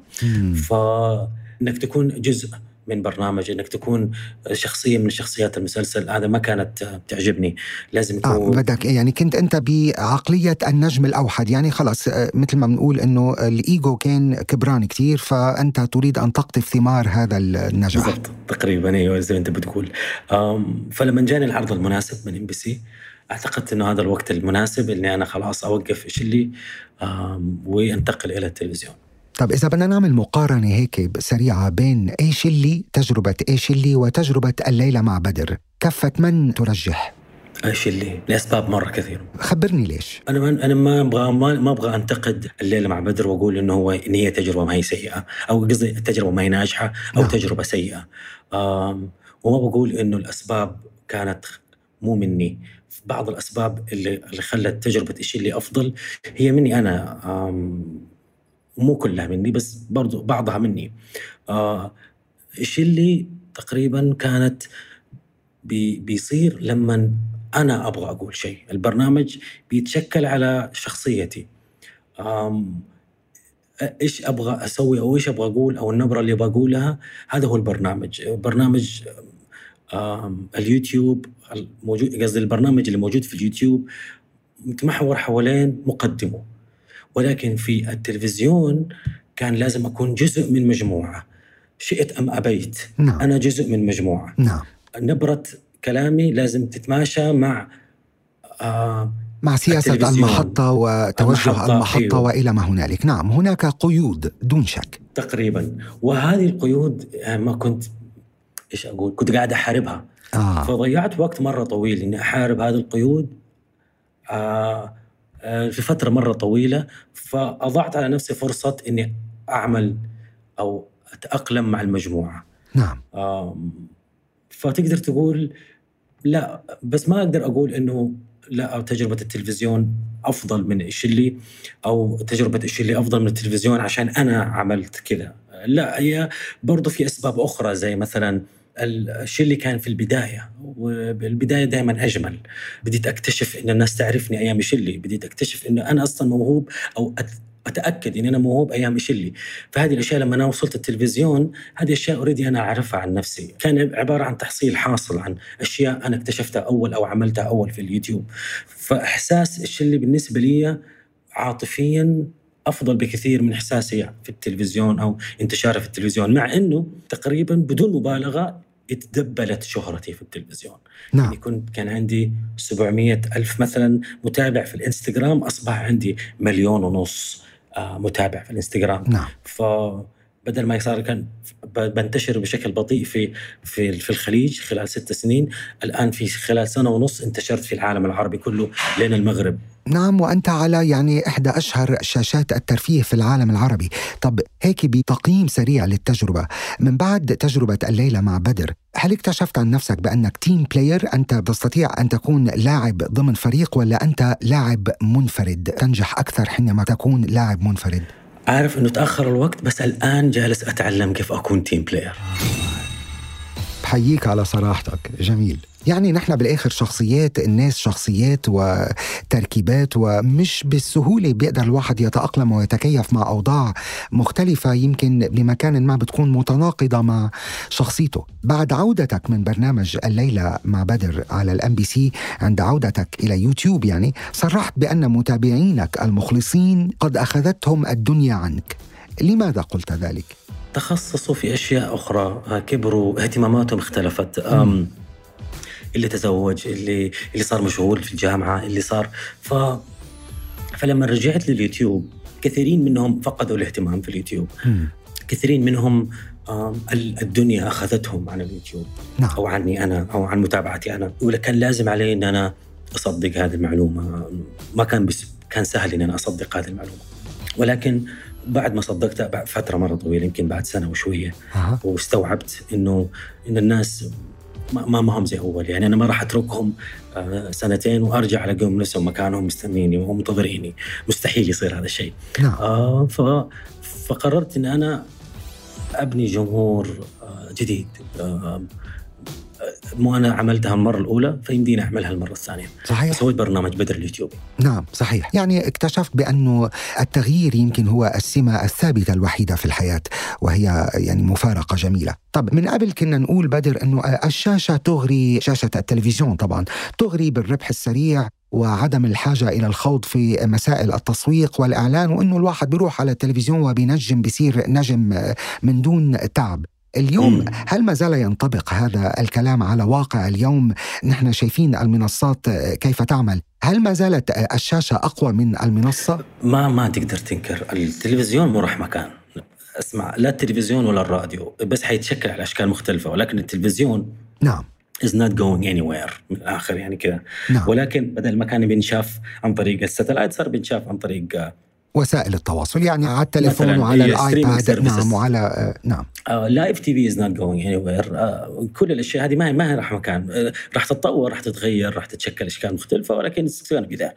فإنك تكون جزء من برنامج، إنك تكون شخصية من شخصيات المسلسل، هذا ما كانت تعجبني. لازم يكون آه بدك يعني كنت أنت بعقلية النجم الأوحد، يعني خلاص مثل ما بنقول إنه الإيجو كان كبران كتير، فأنت تريد أن تقطف ثمار هذا النجاح. بالضبط تقريبا أيوة زي ما أنت بتقول. فلما جاني العرض المناسب من إم بي سي أعتقدت إنه هذا الوقت المناسب إني أنا خلاص أوقف إيش اللي وانتقل إلى التلفزيون. طب إذا بدنا نعمل مقارنة هيك سريعة بين إيش اللي تجربة إيش اللي وتجربة الليلة مع بدر، كفة من ترجح؟ إيش اللي لأسباب مرة كثير. خبرني ليش. أنا أنا ما أبغى ما ما أبغى أنتقد الليلة مع بدر وأقول إنه هو إن هي تجربة ما هي سيئة، أو قصدي التجربة ما هي ناجحة أو نعم. تجربة سيئة. وما بقول إنه الأسباب كانت مو مني. بعض الأسباب اللي اللي خلت تجربة إيش اللي أفضل هي مني أنا، مو كلها مني بس برضو بعضها مني. آه إيش اللي تقريبا كانت بي بيصير لما أنا أبغى أقول شيء، البرنامج بيتشكل على شخصيتي، إيش أبغى أسوي أو إيش أبغى أقول أو النبرة اللي بقولها، هذا هو البرنامج. برنامج اليوتيوب الموجود، قصدي البرنامج اللي موجود في اليوتيوب متمحور حوالين مقدمه، ولكن في التلفزيون كان لازم أكون جزء من مجموعة، شئت أم أبيت. نعم. أنا جزء من مجموعة. نعم. نبرة كلامي لازم تتماشى مع آه مع سياسة المحطة وتوجه المحطة, المحطة أيوه. وإلى ما هنالك. نعم هناك قيود دون شك تقريبا، وهذه القيود ما كنت إيش أقول كنت قاعد أحاربها. آه. فضيعت وقت مرة طويل إني أحارب هذه القيود آه في فترة مرة طويلة، فأضعت على نفسي فرصة إني أعمل أو أتأقلم مع المجموعة. نعم. فتقدر تقول لا، بس ما أقدر أقول إنه لا تجربة التلفزيون أفضل من إيش اللي، أو تجربة إيش اللي أفضل من التلفزيون عشان أنا عملت كذا. لا، هي برضو في أسباب أخرى، زي مثلا الشيء اللي كان في البداية، والبداية دائما أجمل. بديت أكتشف إن الناس تعرفني أيام شلي، بديت أكتشف إنه أنا أصلا موهوب أو أتأكد إن أنا موهوب أيام إيش اللي. فهذه الأشياء لما أنا وصلت التلفزيون هذه أشياء أوريدي أنا أعرفها عن نفسي، كان عبارة عن تحصيل حاصل عن أشياء أنا اكتشفتها أول أو عملتها أول في اليوتيوب. فإحساس إيش اللي بالنسبة لي عاطفياً أفضل بكثير من إحساسي في التلفزيون أو انتشاره في التلفزيون، مع أنه تقريباً بدون مبالغة اتدبلت شهرتي في التلفزيون. نعم. يعني كنت كان عندي سبعمية ألف مثلاً متابع في الإنستغرام، أصبح عندي مليون ونص متابع في الإنستغرام. نعم. فبدل ما يصير كان بنتشر بشكل بطيء في في في الخليج خلال ست سنين، الآن في خلال سنة ونص انتشرت في العالم العربي كله لين المغرب. نعم، وأنت على يعني إحدى أشهر شاشات الترفيه في العالم العربي. طب هيك بتقييم سريع للتجربة من بعد تجربة الليلة مع بدر، هل اكتشفت عن نفسك بأنك تيم بلاير، أنت تستطيع أن تكون لاعب ضمن فريق، ولا أنت لاعب منفرد تنجح أكثر حينما تكون لاعب منفرد؟ عارف أنه تأخر الوقت، بس الآن جالس أتعلم كيف أكون تيم بلاير. بحييك على صراحتك، جميل. يعني نحن بالآخر شخصيات، الناس شخصيات وتركيبات، ومش بالسهولة بيقدر الواحد يتأقلم ويتكيف مع أوضاع مختلفة يمكن بمكان ما بتكون متناقضة مع شخصيته. بعد عودتك من برنامج الليلة مع بدر على الام بي سي، عند عودتك إلى يوتيوب يعني، صرحت بأن متابعينك المخلصين قد أخذتهم الدنيا عنك. لماذا قلت ذلك؟ تخصصوا في أشياء أخرى، كبروا، اهتماماتهم اختلفت. اللي تزوج، اللي اللي صار مشغول في الجامعة، اللي صار ف... فلما رجعت لليوتيوب كثيرين منهم فقدوا الاهتمام في اليوتيوب. مم. كثيرين منهم الدنيا أخذتهم عن اليوتيوب. نعم. أو عني أنا أو عن متابعتي أنا، ولكن لازم علي أن أنا أصدق هذه المعلومة. ما كان بس كان سهل أن أنا أصدق هذه المعلومة، ولكن بعد ما صدقتها بعد فترة مرة طويلة، يمكن بعد سنة وشوية، أه. واستوعبت إنه إن الناس ما ما هم زي أول. يعني أنا ما راح أتركهم سنتين وأرجع ألاقيهم نفسهم مكانهم مستنيني ومنتظريني، مستحيل يصير هذا الشيء. نعم. آه ف فقررت إن أنا أبني جمهور جديد. آه مو أنا عملتها المرة الأولى فيمديني أعملها المرة الثانية. صحيح. سويت برنامج بدر اليوتيوب. نعم صحيح. يعني اكتشفت بأنه التغيير يمكن هو السمة الثابتة الوحيدة في الحياة، وهي يعني مفارقة جميلة. طب من قبل كنا نقول بدر أنه الشاشة تغري، شاشة التلفزيون طبعا تغري بالربح السريع وعدم الحاجة إلى الخوض في مسائل التسويق والإعلان، وأنه الواحد بيروح على التلفزيون وبينجم بيصير نجم من دون تعب. اليوم هل ما زال ينطبق هذا الكلام على واقع اليوم؟ نحن شايفين المنصات كيف تعمل، هل ما زالت الشاشة أقوى من المنصة؟ ما ما تقدر تنكر التلفزيون مو راح مكان. اسمع، لا التلفزيون ولا الراديو، بس حيتشكل على أشكال مختلفة، ولكن التلفزيون نعم is not going anywhere من الآخر يعني كذا. نعم. ولكن بدل ما كان بنشاف عن طريق الساتلايت صار بنشاف عن طريق وسائل التواصل، يعني على التليفون وعلى الايباد. نعم. وعلى آه نعم لايف تي في از نوت جوينج اني وير. كل الاشياء هذه ما ما هي راح مكان، uh, راح تتطور، راح تتغير، راح تتشكل اشكال مختلفه، ولكن السكان بذا.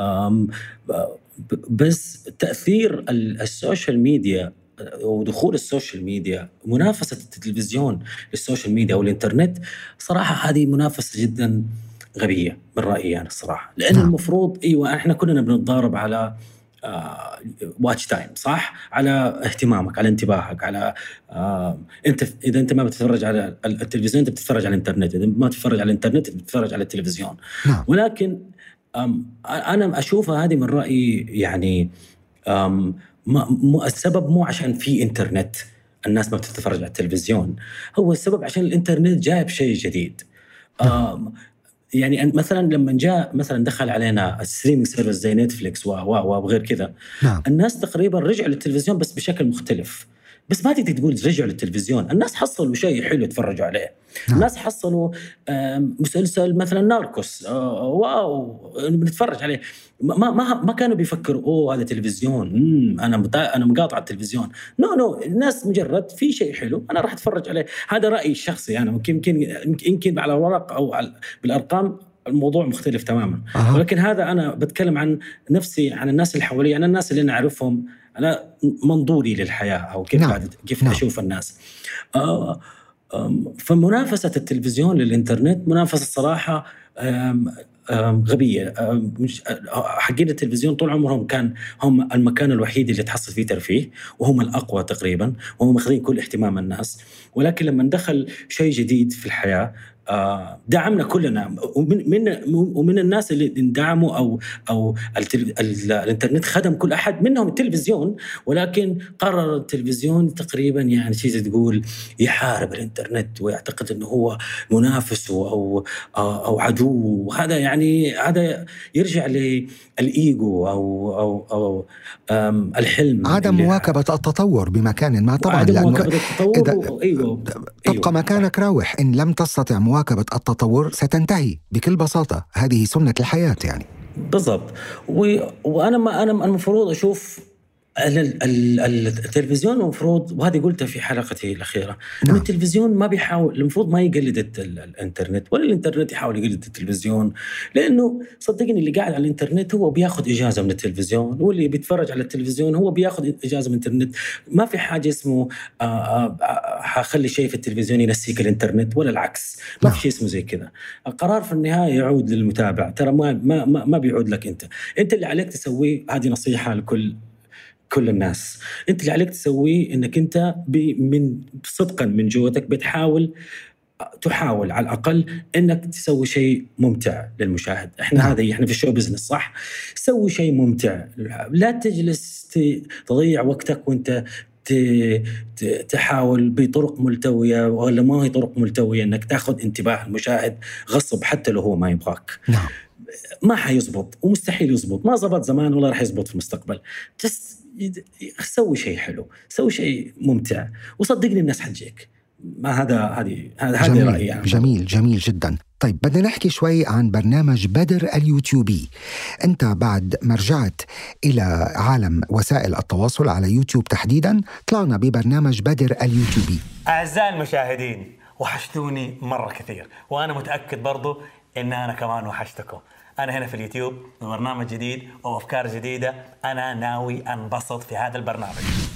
بس تاثير السوشيال ميديا ودخول السوشيال ميديا، منافسه التلفزيون للسوشيال ميديا والإنترنت، صراحه هذه منافسه جدا غبيه من رايي انا الصراحه. لان نعم. المفروض ايوه احنا كلنا بنتضارب على واتش uh, تايم، صح؟ على اهتمامك، على انتباهك، على uh, انت اذا انت ما بتتفرج على التلفزيون انت بتتفرج على الانترنت، اذا ما بتتفرج على الانترنت بتتفرج على التلفزيون. نعم. ولكن um, انا اشوفها هذه من رايي يعني um, ما السبب مو عشان في انترنت الناس ما بتتفرج على التلفزيون، هو السبب عشان الانترنت جايب شيء جديد. نعم. um, يعني مثلا لما جاء مثلا دخل علينا الستريمينج سيرفيس زي نتفليكس و وغير كذا. نعم. الناس تقريبا رجعوا للتلفزيون بس بشكل مختلف. بس ما تقدر تقول رجعوا للتلفزيون، الناس حصلوا شيء حلو يتفرجوا عليه. نعم. الناس حصلوا مسلسل مثلا ناركوس، واو بنتفرج عليه، ما ما ما كانوا بيفكروا اوه هذا تلفزيون، امم انا متا... انا مقاطع التلفزيون. نو نو الناس مجرد في شيء حلو انا راح اتفرج عليه. هذا رايي الشخصي انا، ممكن يمكن يمكن على الورق او على... بالارقام الموضوع مختلف تماما. أه. ولكن هذا انا بتكلم عن نفسي، عن الناس اللي حوالي، عن الناس اللي انا اعرفهم، انا منظوري للحياه او كيف نعم. كيف نعم. اشوف الناس. آه فمنافسة التلفزيون للإنترنت منافسة صراحة غبية. مش حقين التلفزيون طول عمرهم كان هم المكان الوحيد اللي تحصل فيه ترفيه، وهم الأقوى تقريبا، وهم ماخذين كل اهتمام الناس. ولكن لما دخل شيء جديد في الحياة دعمنا كلنا، ومن من ومن الناس اللي اندعموا او او الانترنت خدم كل احد منهم التلفزيون. ولكن قرر التلفزيون تقريبا يعني شيء تقول يحارب الانترنت ويعتقد انه هو منافسه او او عدو، وهذا يعني هذا يرجع للايجو او او او الحلم، عدم مواكبه التطور بمكان ما. طبعا عدم مواكبه التطور. ايوه تبقى مكانك راوح، ان لم تستطع مواكبة التطور ستنتهي بكل بساطة. هذه سنة الحياة يعني. بالضبط. و... وأنا ما أنا المفروض أشوف التلفزيون المفروض، وهذه قلتها في حلقتي الأخيرة، نعم. التلفزيون ما بيحاول، المفروض ما يقلد الانترنت، ولا الانترنت يحاول يقلد التلفزيون، لأنه صدقني اللي قاعد على الانترنت هو بياخد إجازة من التلفزيون، واللي بيتفرج على التلفزيون هو بياخد إجازة من الانترنت. ما في حاجة اسمه حخلي شيء في التلفزيون ينسيك الانترنت، ولا العكس. ما في شيء اسمه زي كذا. القرار في النهاية يعود للمتابع. ترى ما ما ما بيعود لك أنت. أنت اللي عليك تسويه، هذه نصيحة لكل كل الناس، أنت اللي عليك تسويه إنك أنت من صدقاً من جوتك بتحاول تحاول على الأقل إنك تسوي شيء ممتع للمشاهد. إحنا هذا إحنا في الشو بزنس صح؟ سوي شيء ممتع، لا تجلس تضيع وقتك وأنت تحاول بطرق ملتوية ولا ما هي طرق ملتوية إنك تأخذ انتباه المشاهد غصب حتى لو هو ما يبغاك. نعم. ما حيزبط ومستحيل يزبط، ما زبط زمان ولا راح يزبط في المستقبل. بس سوي شيء حلو، سوي شيء ممتع، وصدقني الناس حتجيك. ما هذا هذه هذا رأيي يعني. جميل جميل جدا. طيب بدنا نحكي شوي عن برنامج بدر اليوتيوبي. أنت بعد ما رجعت إلى عالم وسائل التواصل على يوتيوب تحديدا، طلعنا ببرنامج بدر اليوتيوبي. أعزائي المشاهدين، وحشتوني مرة كثير، وأنا متأكد برضو إن أنا كمان وحشتكم. أنا هنا في اليوتيوب ببرنامج جديد وأفكار جديدة. أنا ناوي أنبسط في هذا البرنامج.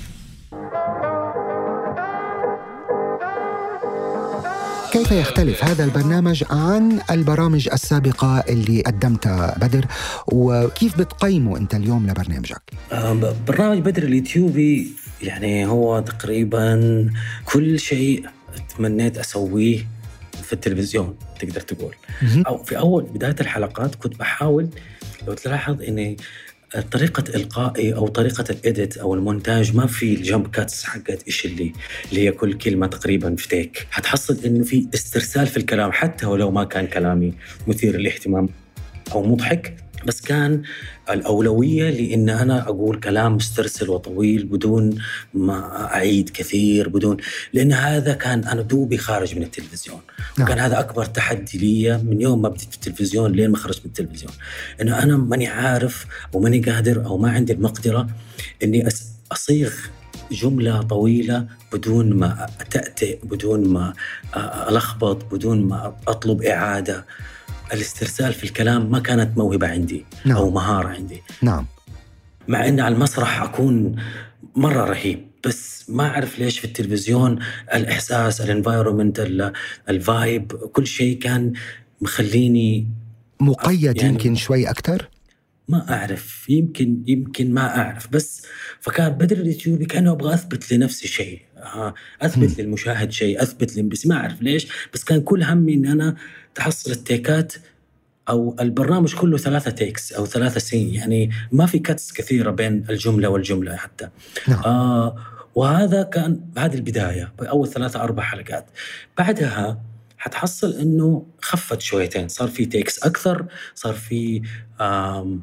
كيف يختلف هذا البرنامج عن البرامج السابقة اللي قدمتها بدر، وكيف بتقيمه أنت اليوم لبرنامجك؟ برنامج بدر اليوتيوبي يعني هو تقريبا كل شيء تمنيت أسويه في التلفزيون تقدر تقول. أو في أول بداية الحلقات كنت بحاول، لو تلاحظ إني طريقة إلقائي أو طريقة الإديت أو المونتاج ما في الجمب كاتس حقت إيش اللي اللي هي كل كلمة تقريبا في تيك. هتحصل إنه في استرسال في الكلام حتى ولو ما كان كلامي مثير للاهتمام أو مضحك، بس كان الأولوية لأن أنا أقول كلام مسترسل وطويل بدون ما أعيد كثير، بدون لأن هذا كان أنا دوبي خارج من التلفزيون. نعم. وكان هذا أكبر تحدي لي من يوم ما بديت في التلفزيون لين ما خرجت من التلفزيون، إنه أنا ماني عارف أو ماني قادر أو ما عندي المقدرة إني أصيغ جملة طويلة بدون ما أتأتئ، بدون ما ألخبط، بدون ما أطلب إعادة. الاسترسال في الكلام ما كانت موهبة عندي. نعم. أو مهارة عندي. نعم. مع أن على المسرح أكون مرة رهيب، بس ما أعرف ليش في التلفزيون الإحساس، الانفايرومنت، الفايب، كل شيء كان مخليني مقيد. يعني يمكن شوي أكتر، ما أعرف، يمكن يمكن ما أعرف. بس فكان بدر اليوتيوب كأنه أبغى أثبت لنفسي شيء، أثبت م. للمشاهد شيء، أثبت لهم، بس ما أعرف ليش. بس كان كل همي إن أنا تحصل التيكات أو البرنامج كله ثلاثة تيكس أو ثلاثة سين، يعني ما في كاتس كثيرة بين الجملة والجملة حتى. نعم. آه وهذا كان هذه البداية، أول ثلاثة أربع حلقات. بعدها حتحصل إنه خفت شويتين، صار في تيكس أكثر، صار في آم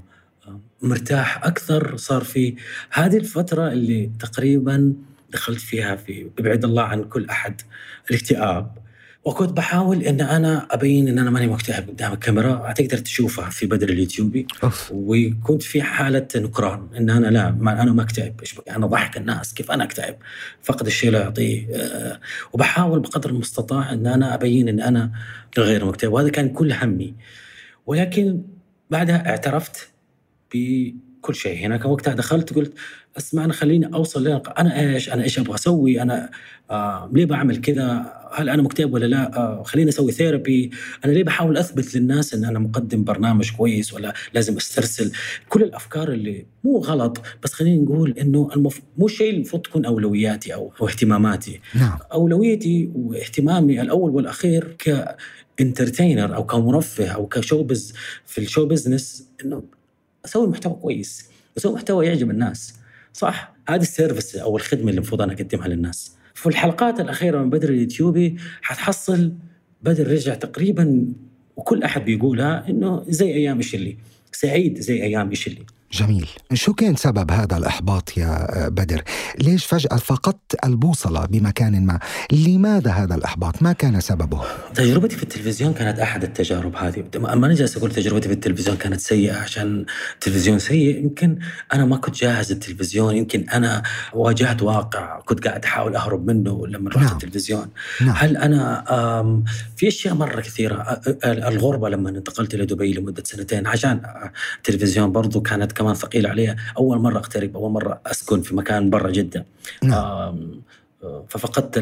مرتاح أكثر، صار في هذه الفترة اللي تقريبا دخلت فيها في ببعد الله عن كل أحد الاكتئاب. وكنت بحاول إن أنا أبين إن أنا ماني مكتئب قدام الكاميرا، هتقدر تشوفها في بدر اليوتيوبي. أوف. وكنت في حالة نكران إن أنا لا ما أنا ما أكتئب، أنا ضحك الناس كيف أنا أكتئب، فقد الشيء لا يعطيه. أه وبحاول بقدر المستطاع إن أنا أبين إن أنا غير مكتئب، وهذا كان كل همي. ولكن بعدها اعترفت كل شيء هناك. وقتها دخلت قلت اسمع أنا خليني أوصل لنا أنا إيش أنا إيش أبغى أسوي، أنا آه ليه بعمل كذا، هل أنا مكتئب ولا لا، آه خليني أسوي ثيرابي، أنا ليه بحاول أثبت للناس أن أنا مقدم برنامج كويس ولا لازم أسترسل. كل الأفكار اللي مو غلط، بس خلينا نقول إنه المف... مو شيء المفروض تكون أولوياتي أو, أو اهتماماتي. نعم. أولويتي واهتمامي الأول والأخير كإنترتينر أو كمرفه أو كشوبز في الشو بزنس إنه أسوي محتوى كويس، أسوي محتوى يعجب الناس. صح، هذه السيرفيس أو الخدمة اللي المفروض أنا أقدمها للناس. في الحلقات الأخيرة من بدر اليوتيوبي حتحصل بدر رجع تقريبا وكل أحد بيقولها إنه زي أيام إيشيلي، سعيد زي أيام إيشيلي. جميل. شو كان سبب هذا الإحباط يا بدر؟ ليش فجأة فقدت البوصلة بمكان ما؟ لماذا هذا الإحباط؟ ما كان سببه؟ تجربتي في التلفزيون كانت أحد التجارب هذه. أما أنا جالس أقول تجربتي في التلفزيون كانت سيئة عشان التلفزيون سيء، يمكن أنا ما كنت جاهز التلفزيون، يمكن أنا واجهت واقع كنت قاعد أحاول أهرب منه لما رحت نعم. التلفزيون. نعم. هل أنا في أشياء مرة كثيرة. الغربة لما انتقلت إلى دبي لمدة سنتين عشان التلفزيون برضو كانت كمان ثقيلة عليها. أول مرة أغترب، أول مرة أسكن في مكان برا جدة. نعم. ففقدت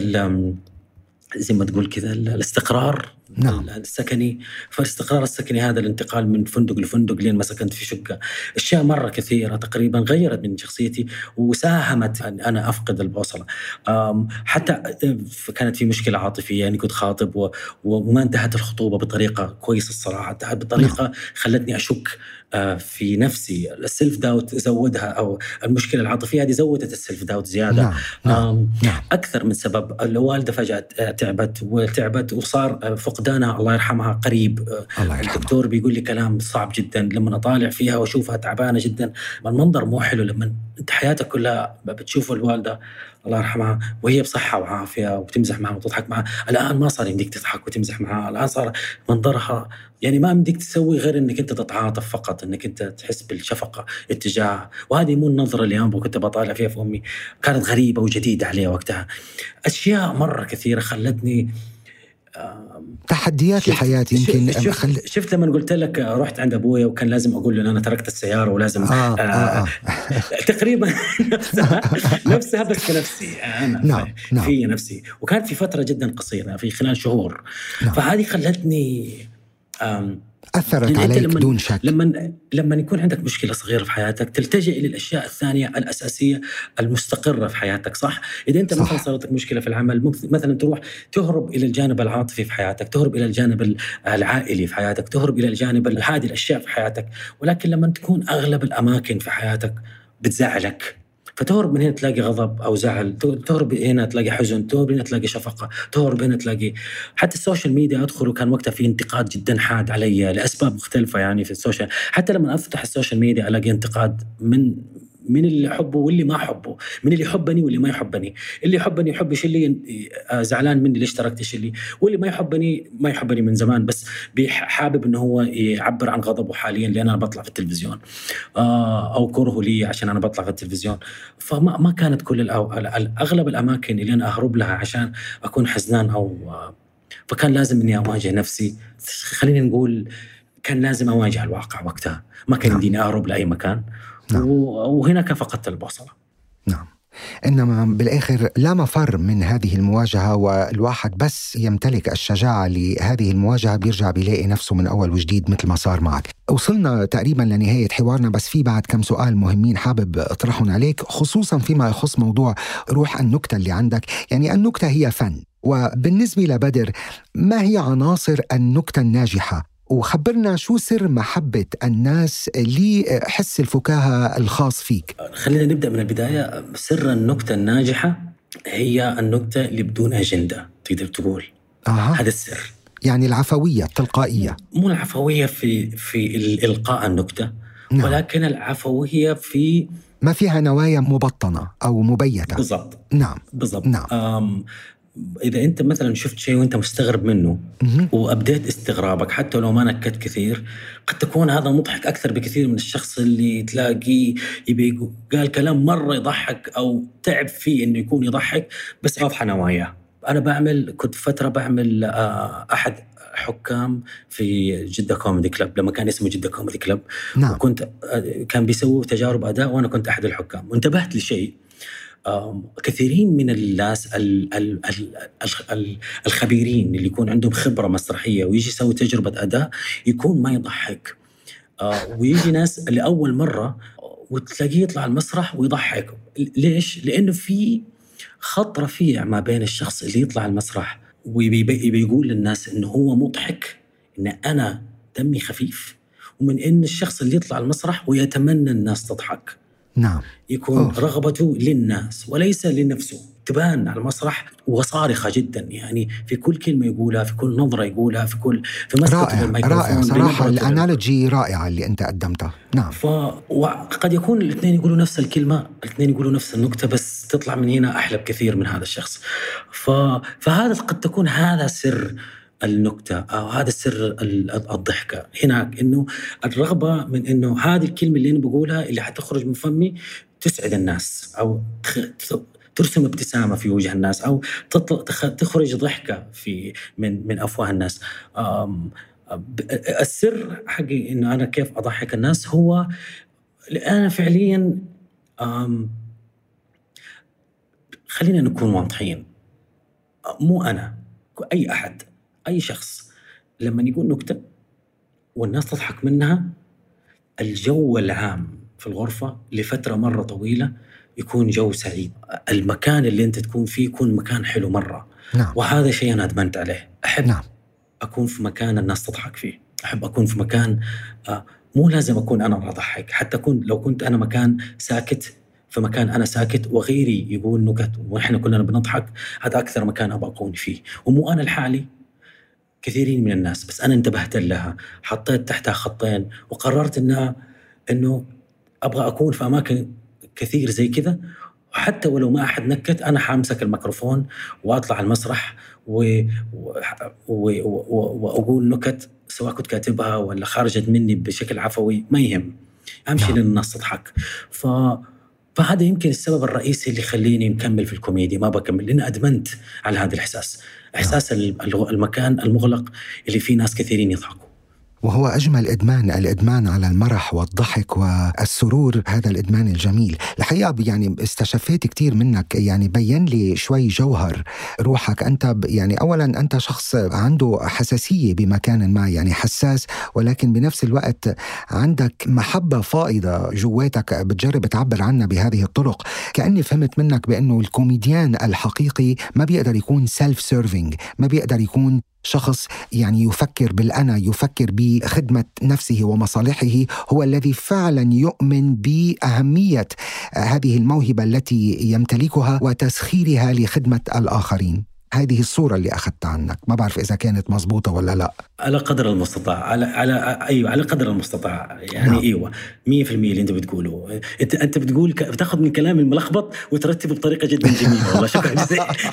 زي ما تقول كذا الاستقرار. نعم. السكني. فالاستقرار السكني هذا الانتقال من فندق لفندق لين ما سكنت في شقة، أشياء مرة كثيرة تقريبا غيرت من شخصيتي وساهمت أن أنا أفقد البوصلة. حتى كانت في مشكلة عاطفية، يعني كنت خاطب وما انتهت الخطوبة بطريقة كويسة الصراحة، انتهت بطريقة نعم. خلتني أشك في نفسي. السلف داوت زودها، أو المشكلة العاطفية هذه زودت السلف داوت زيادة. نعم. نعم. نعم. أكثر من سبب. الوالدة فجأة تعبت وتعبت وصار فقدانها الله يرحمها قريب. الله يرحمها. الدكتور بيقول لي كلام صعب جدا لما أطالع فيها وأشوفها تعبانة جدا. المنظر مو حلو لما أنت حياتك كلها بتشوف الوالدة الله يرحمها وهي بصحة وعافية وبتمزح معها وتضحك معها. الآن ما صار يمديك تضحك وتمزح معها، الآن صار منظرها يعني ما يمديك تسوي غير إنك أنت تتعاطف فقط، إنك أنت تحس بالشفقة اتجاهها. وهذه مو النظرة اللي أنا كنت بطالع فيها في أمي، كانت غريبة وجديدة عليها وقتها. أشياء مرة كثيرة خلتني تحديات الحياة. يمكن شفت, خل... شفت لما قلت لك رحت عند أبويا وكان لازم أقول له أنا تركت السيارة ولازم آه آه آه. تقريبا نفسها نفسها بس كنفسي أنا نعم. نعم. في نفسي. وكانت في فترة جدا قصيرة في خلال شهور. نعم. فهذه خلتني أثرت عليك لما دون شك. لما لما يكون عندك مشكلة صغيرة في حياتك تلتجئ إلى الأشياء الثانية الأساسية المستقرة في حياتك. صح؟ إذا أنت صح. مثلا صارت مشكلة في العمل، مثلا تروح تهرب إلى الجانب العاطفي في حياتك، تهرب إلى الجانب العائلي في حياتك، تهرب إلى الجانب هذه الأشياء في حياتك. ولكن لما تكون أغلب الأماكن في حياتك بتزعلك، فتهرب من هنا تلاقي غضب أو زعل، تهرب هنا تلاقي حزن، تهرب هنا تلاقي شفقة، تهرب هنا تلاقي حتى السوشيال ميديا. أدخل وكان وقتها في انتقاد جدا حاد علي لأسباب مختلفة. يعني في السوشيال حتى لما أفتح السوشيال ميديا ألاقي انتقاد من من اللي يحبه واللي ما يحبه، من اللي يحبني واللي ما يحبني. اللي يحبني يحب يشيلي زعلان مني ليش تركت يشيلي، واللي ما يحبني ما يحبني من زمان بس بيحابب إنه هو يعبر عن غضبه حاليا لأن أنا بطلع في التلفزيون أو كرهه لي عشان أنا بطلع في التلفزيون. فما ما كانت كل الأو... أغلب الأماكن اللي أنا أهرب لها عشان أكون حزنان أو فكان لازم إني أواجه نفسي. خلينا نقول كان لازم أواجه الواقع وقتها، ما كان يمديني أهرب لأي مكان. نعم. وهناك فقدت البوصلة. نعم. إنما بالآخر لا مفر من هذه المواجهة، والواحد بس يمتلك الشجاعة لهذه المواجهة بيرجع بيلاقي نفسه من أول وجديد مثل ما صار معك. وصلنا تقريبا لنهاية حوارنا، بس في بعد كم سؤال مهمين حابب أطرحهم عليك، خصوصا فيما يخص موضوع روح النكتة اللي عندك. يعني النكتة هي فن، وبالنسبة لبدر ما هي عناصر النكتة الناجحة؟ وخبرنا شو سر محبة الناس لحس الفكاهة الخاص فيك. خلينا نبدأ من البداية. سر النكتة الناجحة هي النكتة اللي بدون أجندة، تقدر تقول آه. هذا السر. يعني العفوية التلقائية، مو العفوية في في إلقاء النكتة. نعم. ولكن العفوية في ما فيها نوايا مبطنة أو مبيتة. بالضبط. نعم. بالضبط. نعم. إذا أنت مثلا شفت شيء وأنت مستغرب منه وأبدأت استغرابك حتى لو ما نكت كثير، قد تكون هذا مضحك أكثر بكثير من الشخص اللي تلاقيه يبي قال كلام مرة يضحك أو تعب فيه إنه يكون يضحك بس واضحة نواياه. أنا بعمل كنت فترة بعمل آه أحد حكام في جدة كوميدي كلب لما كان اسمه جدة كوميدي كلب. نعم. وكنت آه كان بيسووا تجارب أداء وأنا كنت أحد الحكام، وانتبهت لشيء. كثيرين من الناس ال ال ال الخبيرين اللي يكون عندهم خبرة مسرحية ويجي يسوي تجربة أداء يكون ما يضحك، ويجي ناس لأول مرة وتلاقيه يطلع المسرح ويضحك. ليش؟ لأنه في خط رفيع ما بين الشخص اللي يطلع المسرح وبيقول للناس إنه هو مضحك، إن أنا دمي خفيف، ومن إن الشخص اللي يطلع المسرح ويتمنى الناس تضحك. نعم. يكون أوه. رغبته للناس وليس لنفسه، تبان على المسرح وصارخة جدا، يعني في كل كلمة يقولها، في كل نظرة يقولها، في كل في رائع رائع صراحة. الأنالوجي رائعة اللي أنت قدمتها. نعم. فقد يكون الاثنين يقولوا نفس الكلمة، الاثنين يقولوا نفس النكتة، بس تطلع من هنا أحلى بكثير من هذا الشخص. ف... فهذا قد تكون هذا سر النكتة أو هذا سر الضحكة هناك، إنه الرغبة من إنه هذه الكلمة اللي أنا بقولها اللي حتخرج من فمي تسعد الناس، أو ترسم ابتسامة في وجه الناس، أو تخرج ضحكة في من من أفواه الناس. السر حقي إنه أنا كيف أضحك الناس هو أنا فعليا خلينا نكون واضحين، مو أنا، أي أحد، أي شخص لما يقول نكتة والناس تضحك منها، الجو العام في الغرفة لفترة مرة طويلة يكون جو سعيد، المكان اللي أنت تكون فيه يكون مكان حلو مرة. نعم. وهذا شيء أنا أدمنت عليه. أحب نعم. أكون في مكان الناس تضحك فيه، أحب أكون في مكان آه مو لازم أكون أنا أضحك، حتى أكون لو كنت أنا مكان ساكت، في مكان أنا ساكت وغيري يقول نكت وإحنا كلنا بنضحك، هذا أكثر مكان أبغى أكون فيه. ومو أنا الحالي، كثيرين من الناس، بس أنا انتبهت لها، حطيت تحتها خطين وقررت إنها إنه أبغى أكون في أماكن كثير زي كذا، وحتى ولو ما أحد نكت أنا حامسك الميكروفون وأطلع المسرح و... و... و... و... وأقول نكت، سواء كنت كاتبها ولا خارجت مني بشكل عفوي، ما يهم، أمشي للناس تضحك. ف... فهذا يمكن السبب الرئيسي اللي يخليني مكمل في الكوميديا، ما بكمل، لأن أدمنت على هذا الإحساس، إحساس المكان المغلق اللي فيه ناس كثيرين يضحكوا. وهو أجمل إدمان، الإدمان على المرح والضحك والسرور، هذا الإدمان الجميل. الحقيقة يعني استشفيت كتير منك، يعني بيّن لي شوي جوهر روحك. أنت يعني أولاً أنت شخص عنده حساسية بمكان ما، يعني حساس، ولكن بنفس الوقت عندك محبة فائضة جواتك بتجرب تعبر عنها بهذه الطرق. كأني فهمت منك بأنه الكوميديان الحقيقي ما بيقدر يكون سيلف سيرفينج، ما بيقدر يكون شخص يعني يفكر بالأنا، يفكر بخدمة نفسه ومصالحه، هو الذي فعلا يؤمن بأهمية هذه الموهبة التي يمتلكها وتسخيرها لخدمة الآخرين. هذه الصورة اللي أخذت عنك، ما بعرف إذا كانت مضبوطة ولا لا. على قدر المستطاع، على على أيوة على قدر المستطاع، يعني نعم. أيوة مية في المية اللي أنت بتقوله. أنت أنت بتقول ك... بتاخذ من كلامي الملخبط وترتبه بطريقة جدا جميلة، والله شكرا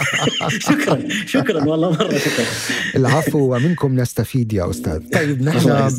شكرا شكرا والله مرة شكرا. العفو، ومنكم نستفيد يا أستاذ. طيب نحن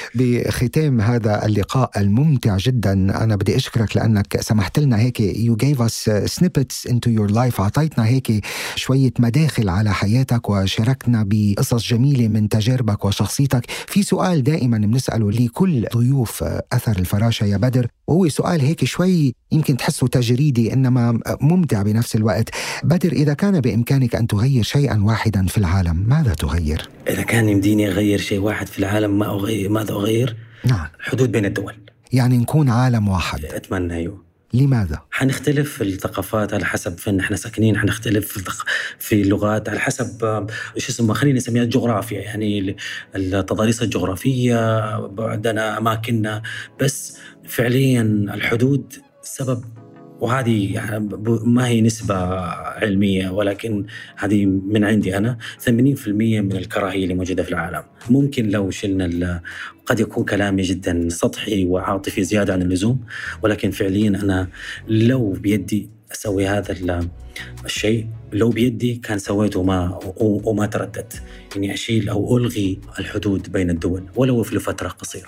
بختام هذا اللقاء الممتع جدا، أنا بدي أشكرك لأنك سمحت لنا هيك you gave us snippets into your life، عطيتنا هيك شوية مداخل على حياتك وشاركنا بقصص جميلة من تجاربك وشخصيتك. في سؤال دائما بنسأله لكل ضيوف أثر الفراشة يا بدر، وهو سؤال هيك شوي يمكن تحسه تجريدي إنما ممتع بنفس الوقت. بدر، إذا كان بإمكانك أن تغير شيئا واحدا في العالم، ماذا تغير؟ إذا كان يمديني أغير شيء واحد في العالم، ما أغير ماذا أغير؟ نعم. حدود بين الدول، يعني نكون عالم واحد. أتمنى. أيوه. لماذا؟ حنختلف في الثقافات على حسب فين احنا ساكنين، حنختلف في الثق... في اللغات على حسب ايش اسمه، خلينا نسميها الجغرافيا، يعني التضاريس الجغرافية عندنا أماكننا، بس فعليا الحدود سبب، وهذه يعني ما هي نسبة علمية ولكن هذه من عندي أنا، ثمانين بالمئة من الكراهية اللي موجودة في العالم. ممكن لو شلنا، قد يكون كلامي جدا سطحي وعاطفي زيادة عن اللزوم، ولكن فعليا أنا لو بيدي أسوي هذا الشيء، لو بيدي كان سويته وما, وما ترددت إني أشيل أو ألغي الحدود بين الدول ولو في فترة قصيرة.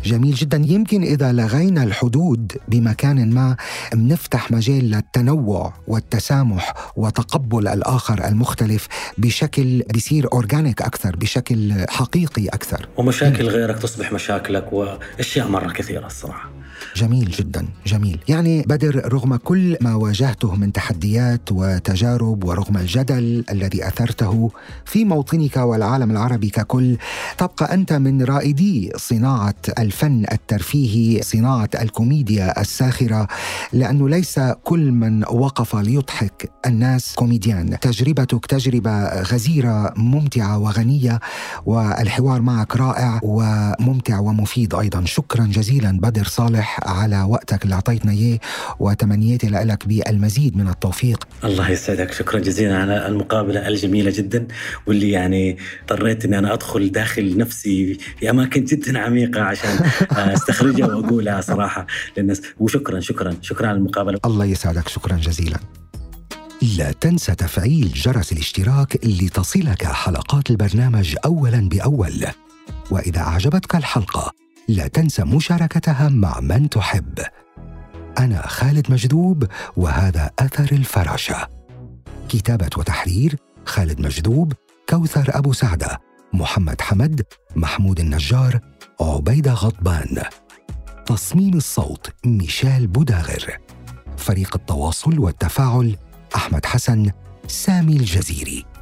جميل جدا. يمكن إذا لغينا الحدود بمكان ما بنفتح مجال للتنوع والتسامح وتقبل الآخر المختلف بشكل بيصير أورجانيك أكثر، بشكل حقيقي أكثر، ومشاكل غيرك تصبح مشاكلك وأشياء مرة كثيرة الصراحة. جميل جدا، جميل. يعني بدر، رغم كل ما واجهته من تحديات وتجارب ورغم الجدل الذي أثرته في موطنك والعالم العربي ككل، تبقى أنت من رائدي صناعة الفن الترفيهي، صناعة الكوميديا الساخرة، لأنه ليس كل من وقف ليضحك الناس كوميديان. تجربتك تجربة غزيرة ممتعة وغنية، والحوار معك رائع وممتع ومفيد أيضا. شكرا جزيلا بدر صالح على وقتك اللي أعطيتنا إياه، وتمنياتي لك بالمزيد من التوفيق. الله يسعدك، شكرا جزيلا على المقابلة الجميلة جدا، واللي يعني اضطريت أن أنا أدخل داخل نفسي في أماكن جدا عميقة عشان استخرجها وأقولها صراحة للناس. وشكرا شكرا شكرا على المقابلة. الله يسعدك، شكرا جزيلا. لا تنسى تفعيل جرس الاشتراك لتصلك حلقات البرنامج أولا بأول، وإذا أعجبتك الحلقة لا تنسى مشاركتها مع من تحب. أنا خالد مجذوب، وهذا أثر الفراشة. كتابة وتحرير خالد مجذوب، كوثر أبو سعدة، محمد حمد، محمود النجار، عبيدة غضبان. تصميم الصوت ميشيل بوداغر. فريق التواصل والتفاعل أحمد حسن، سامي الجزيري.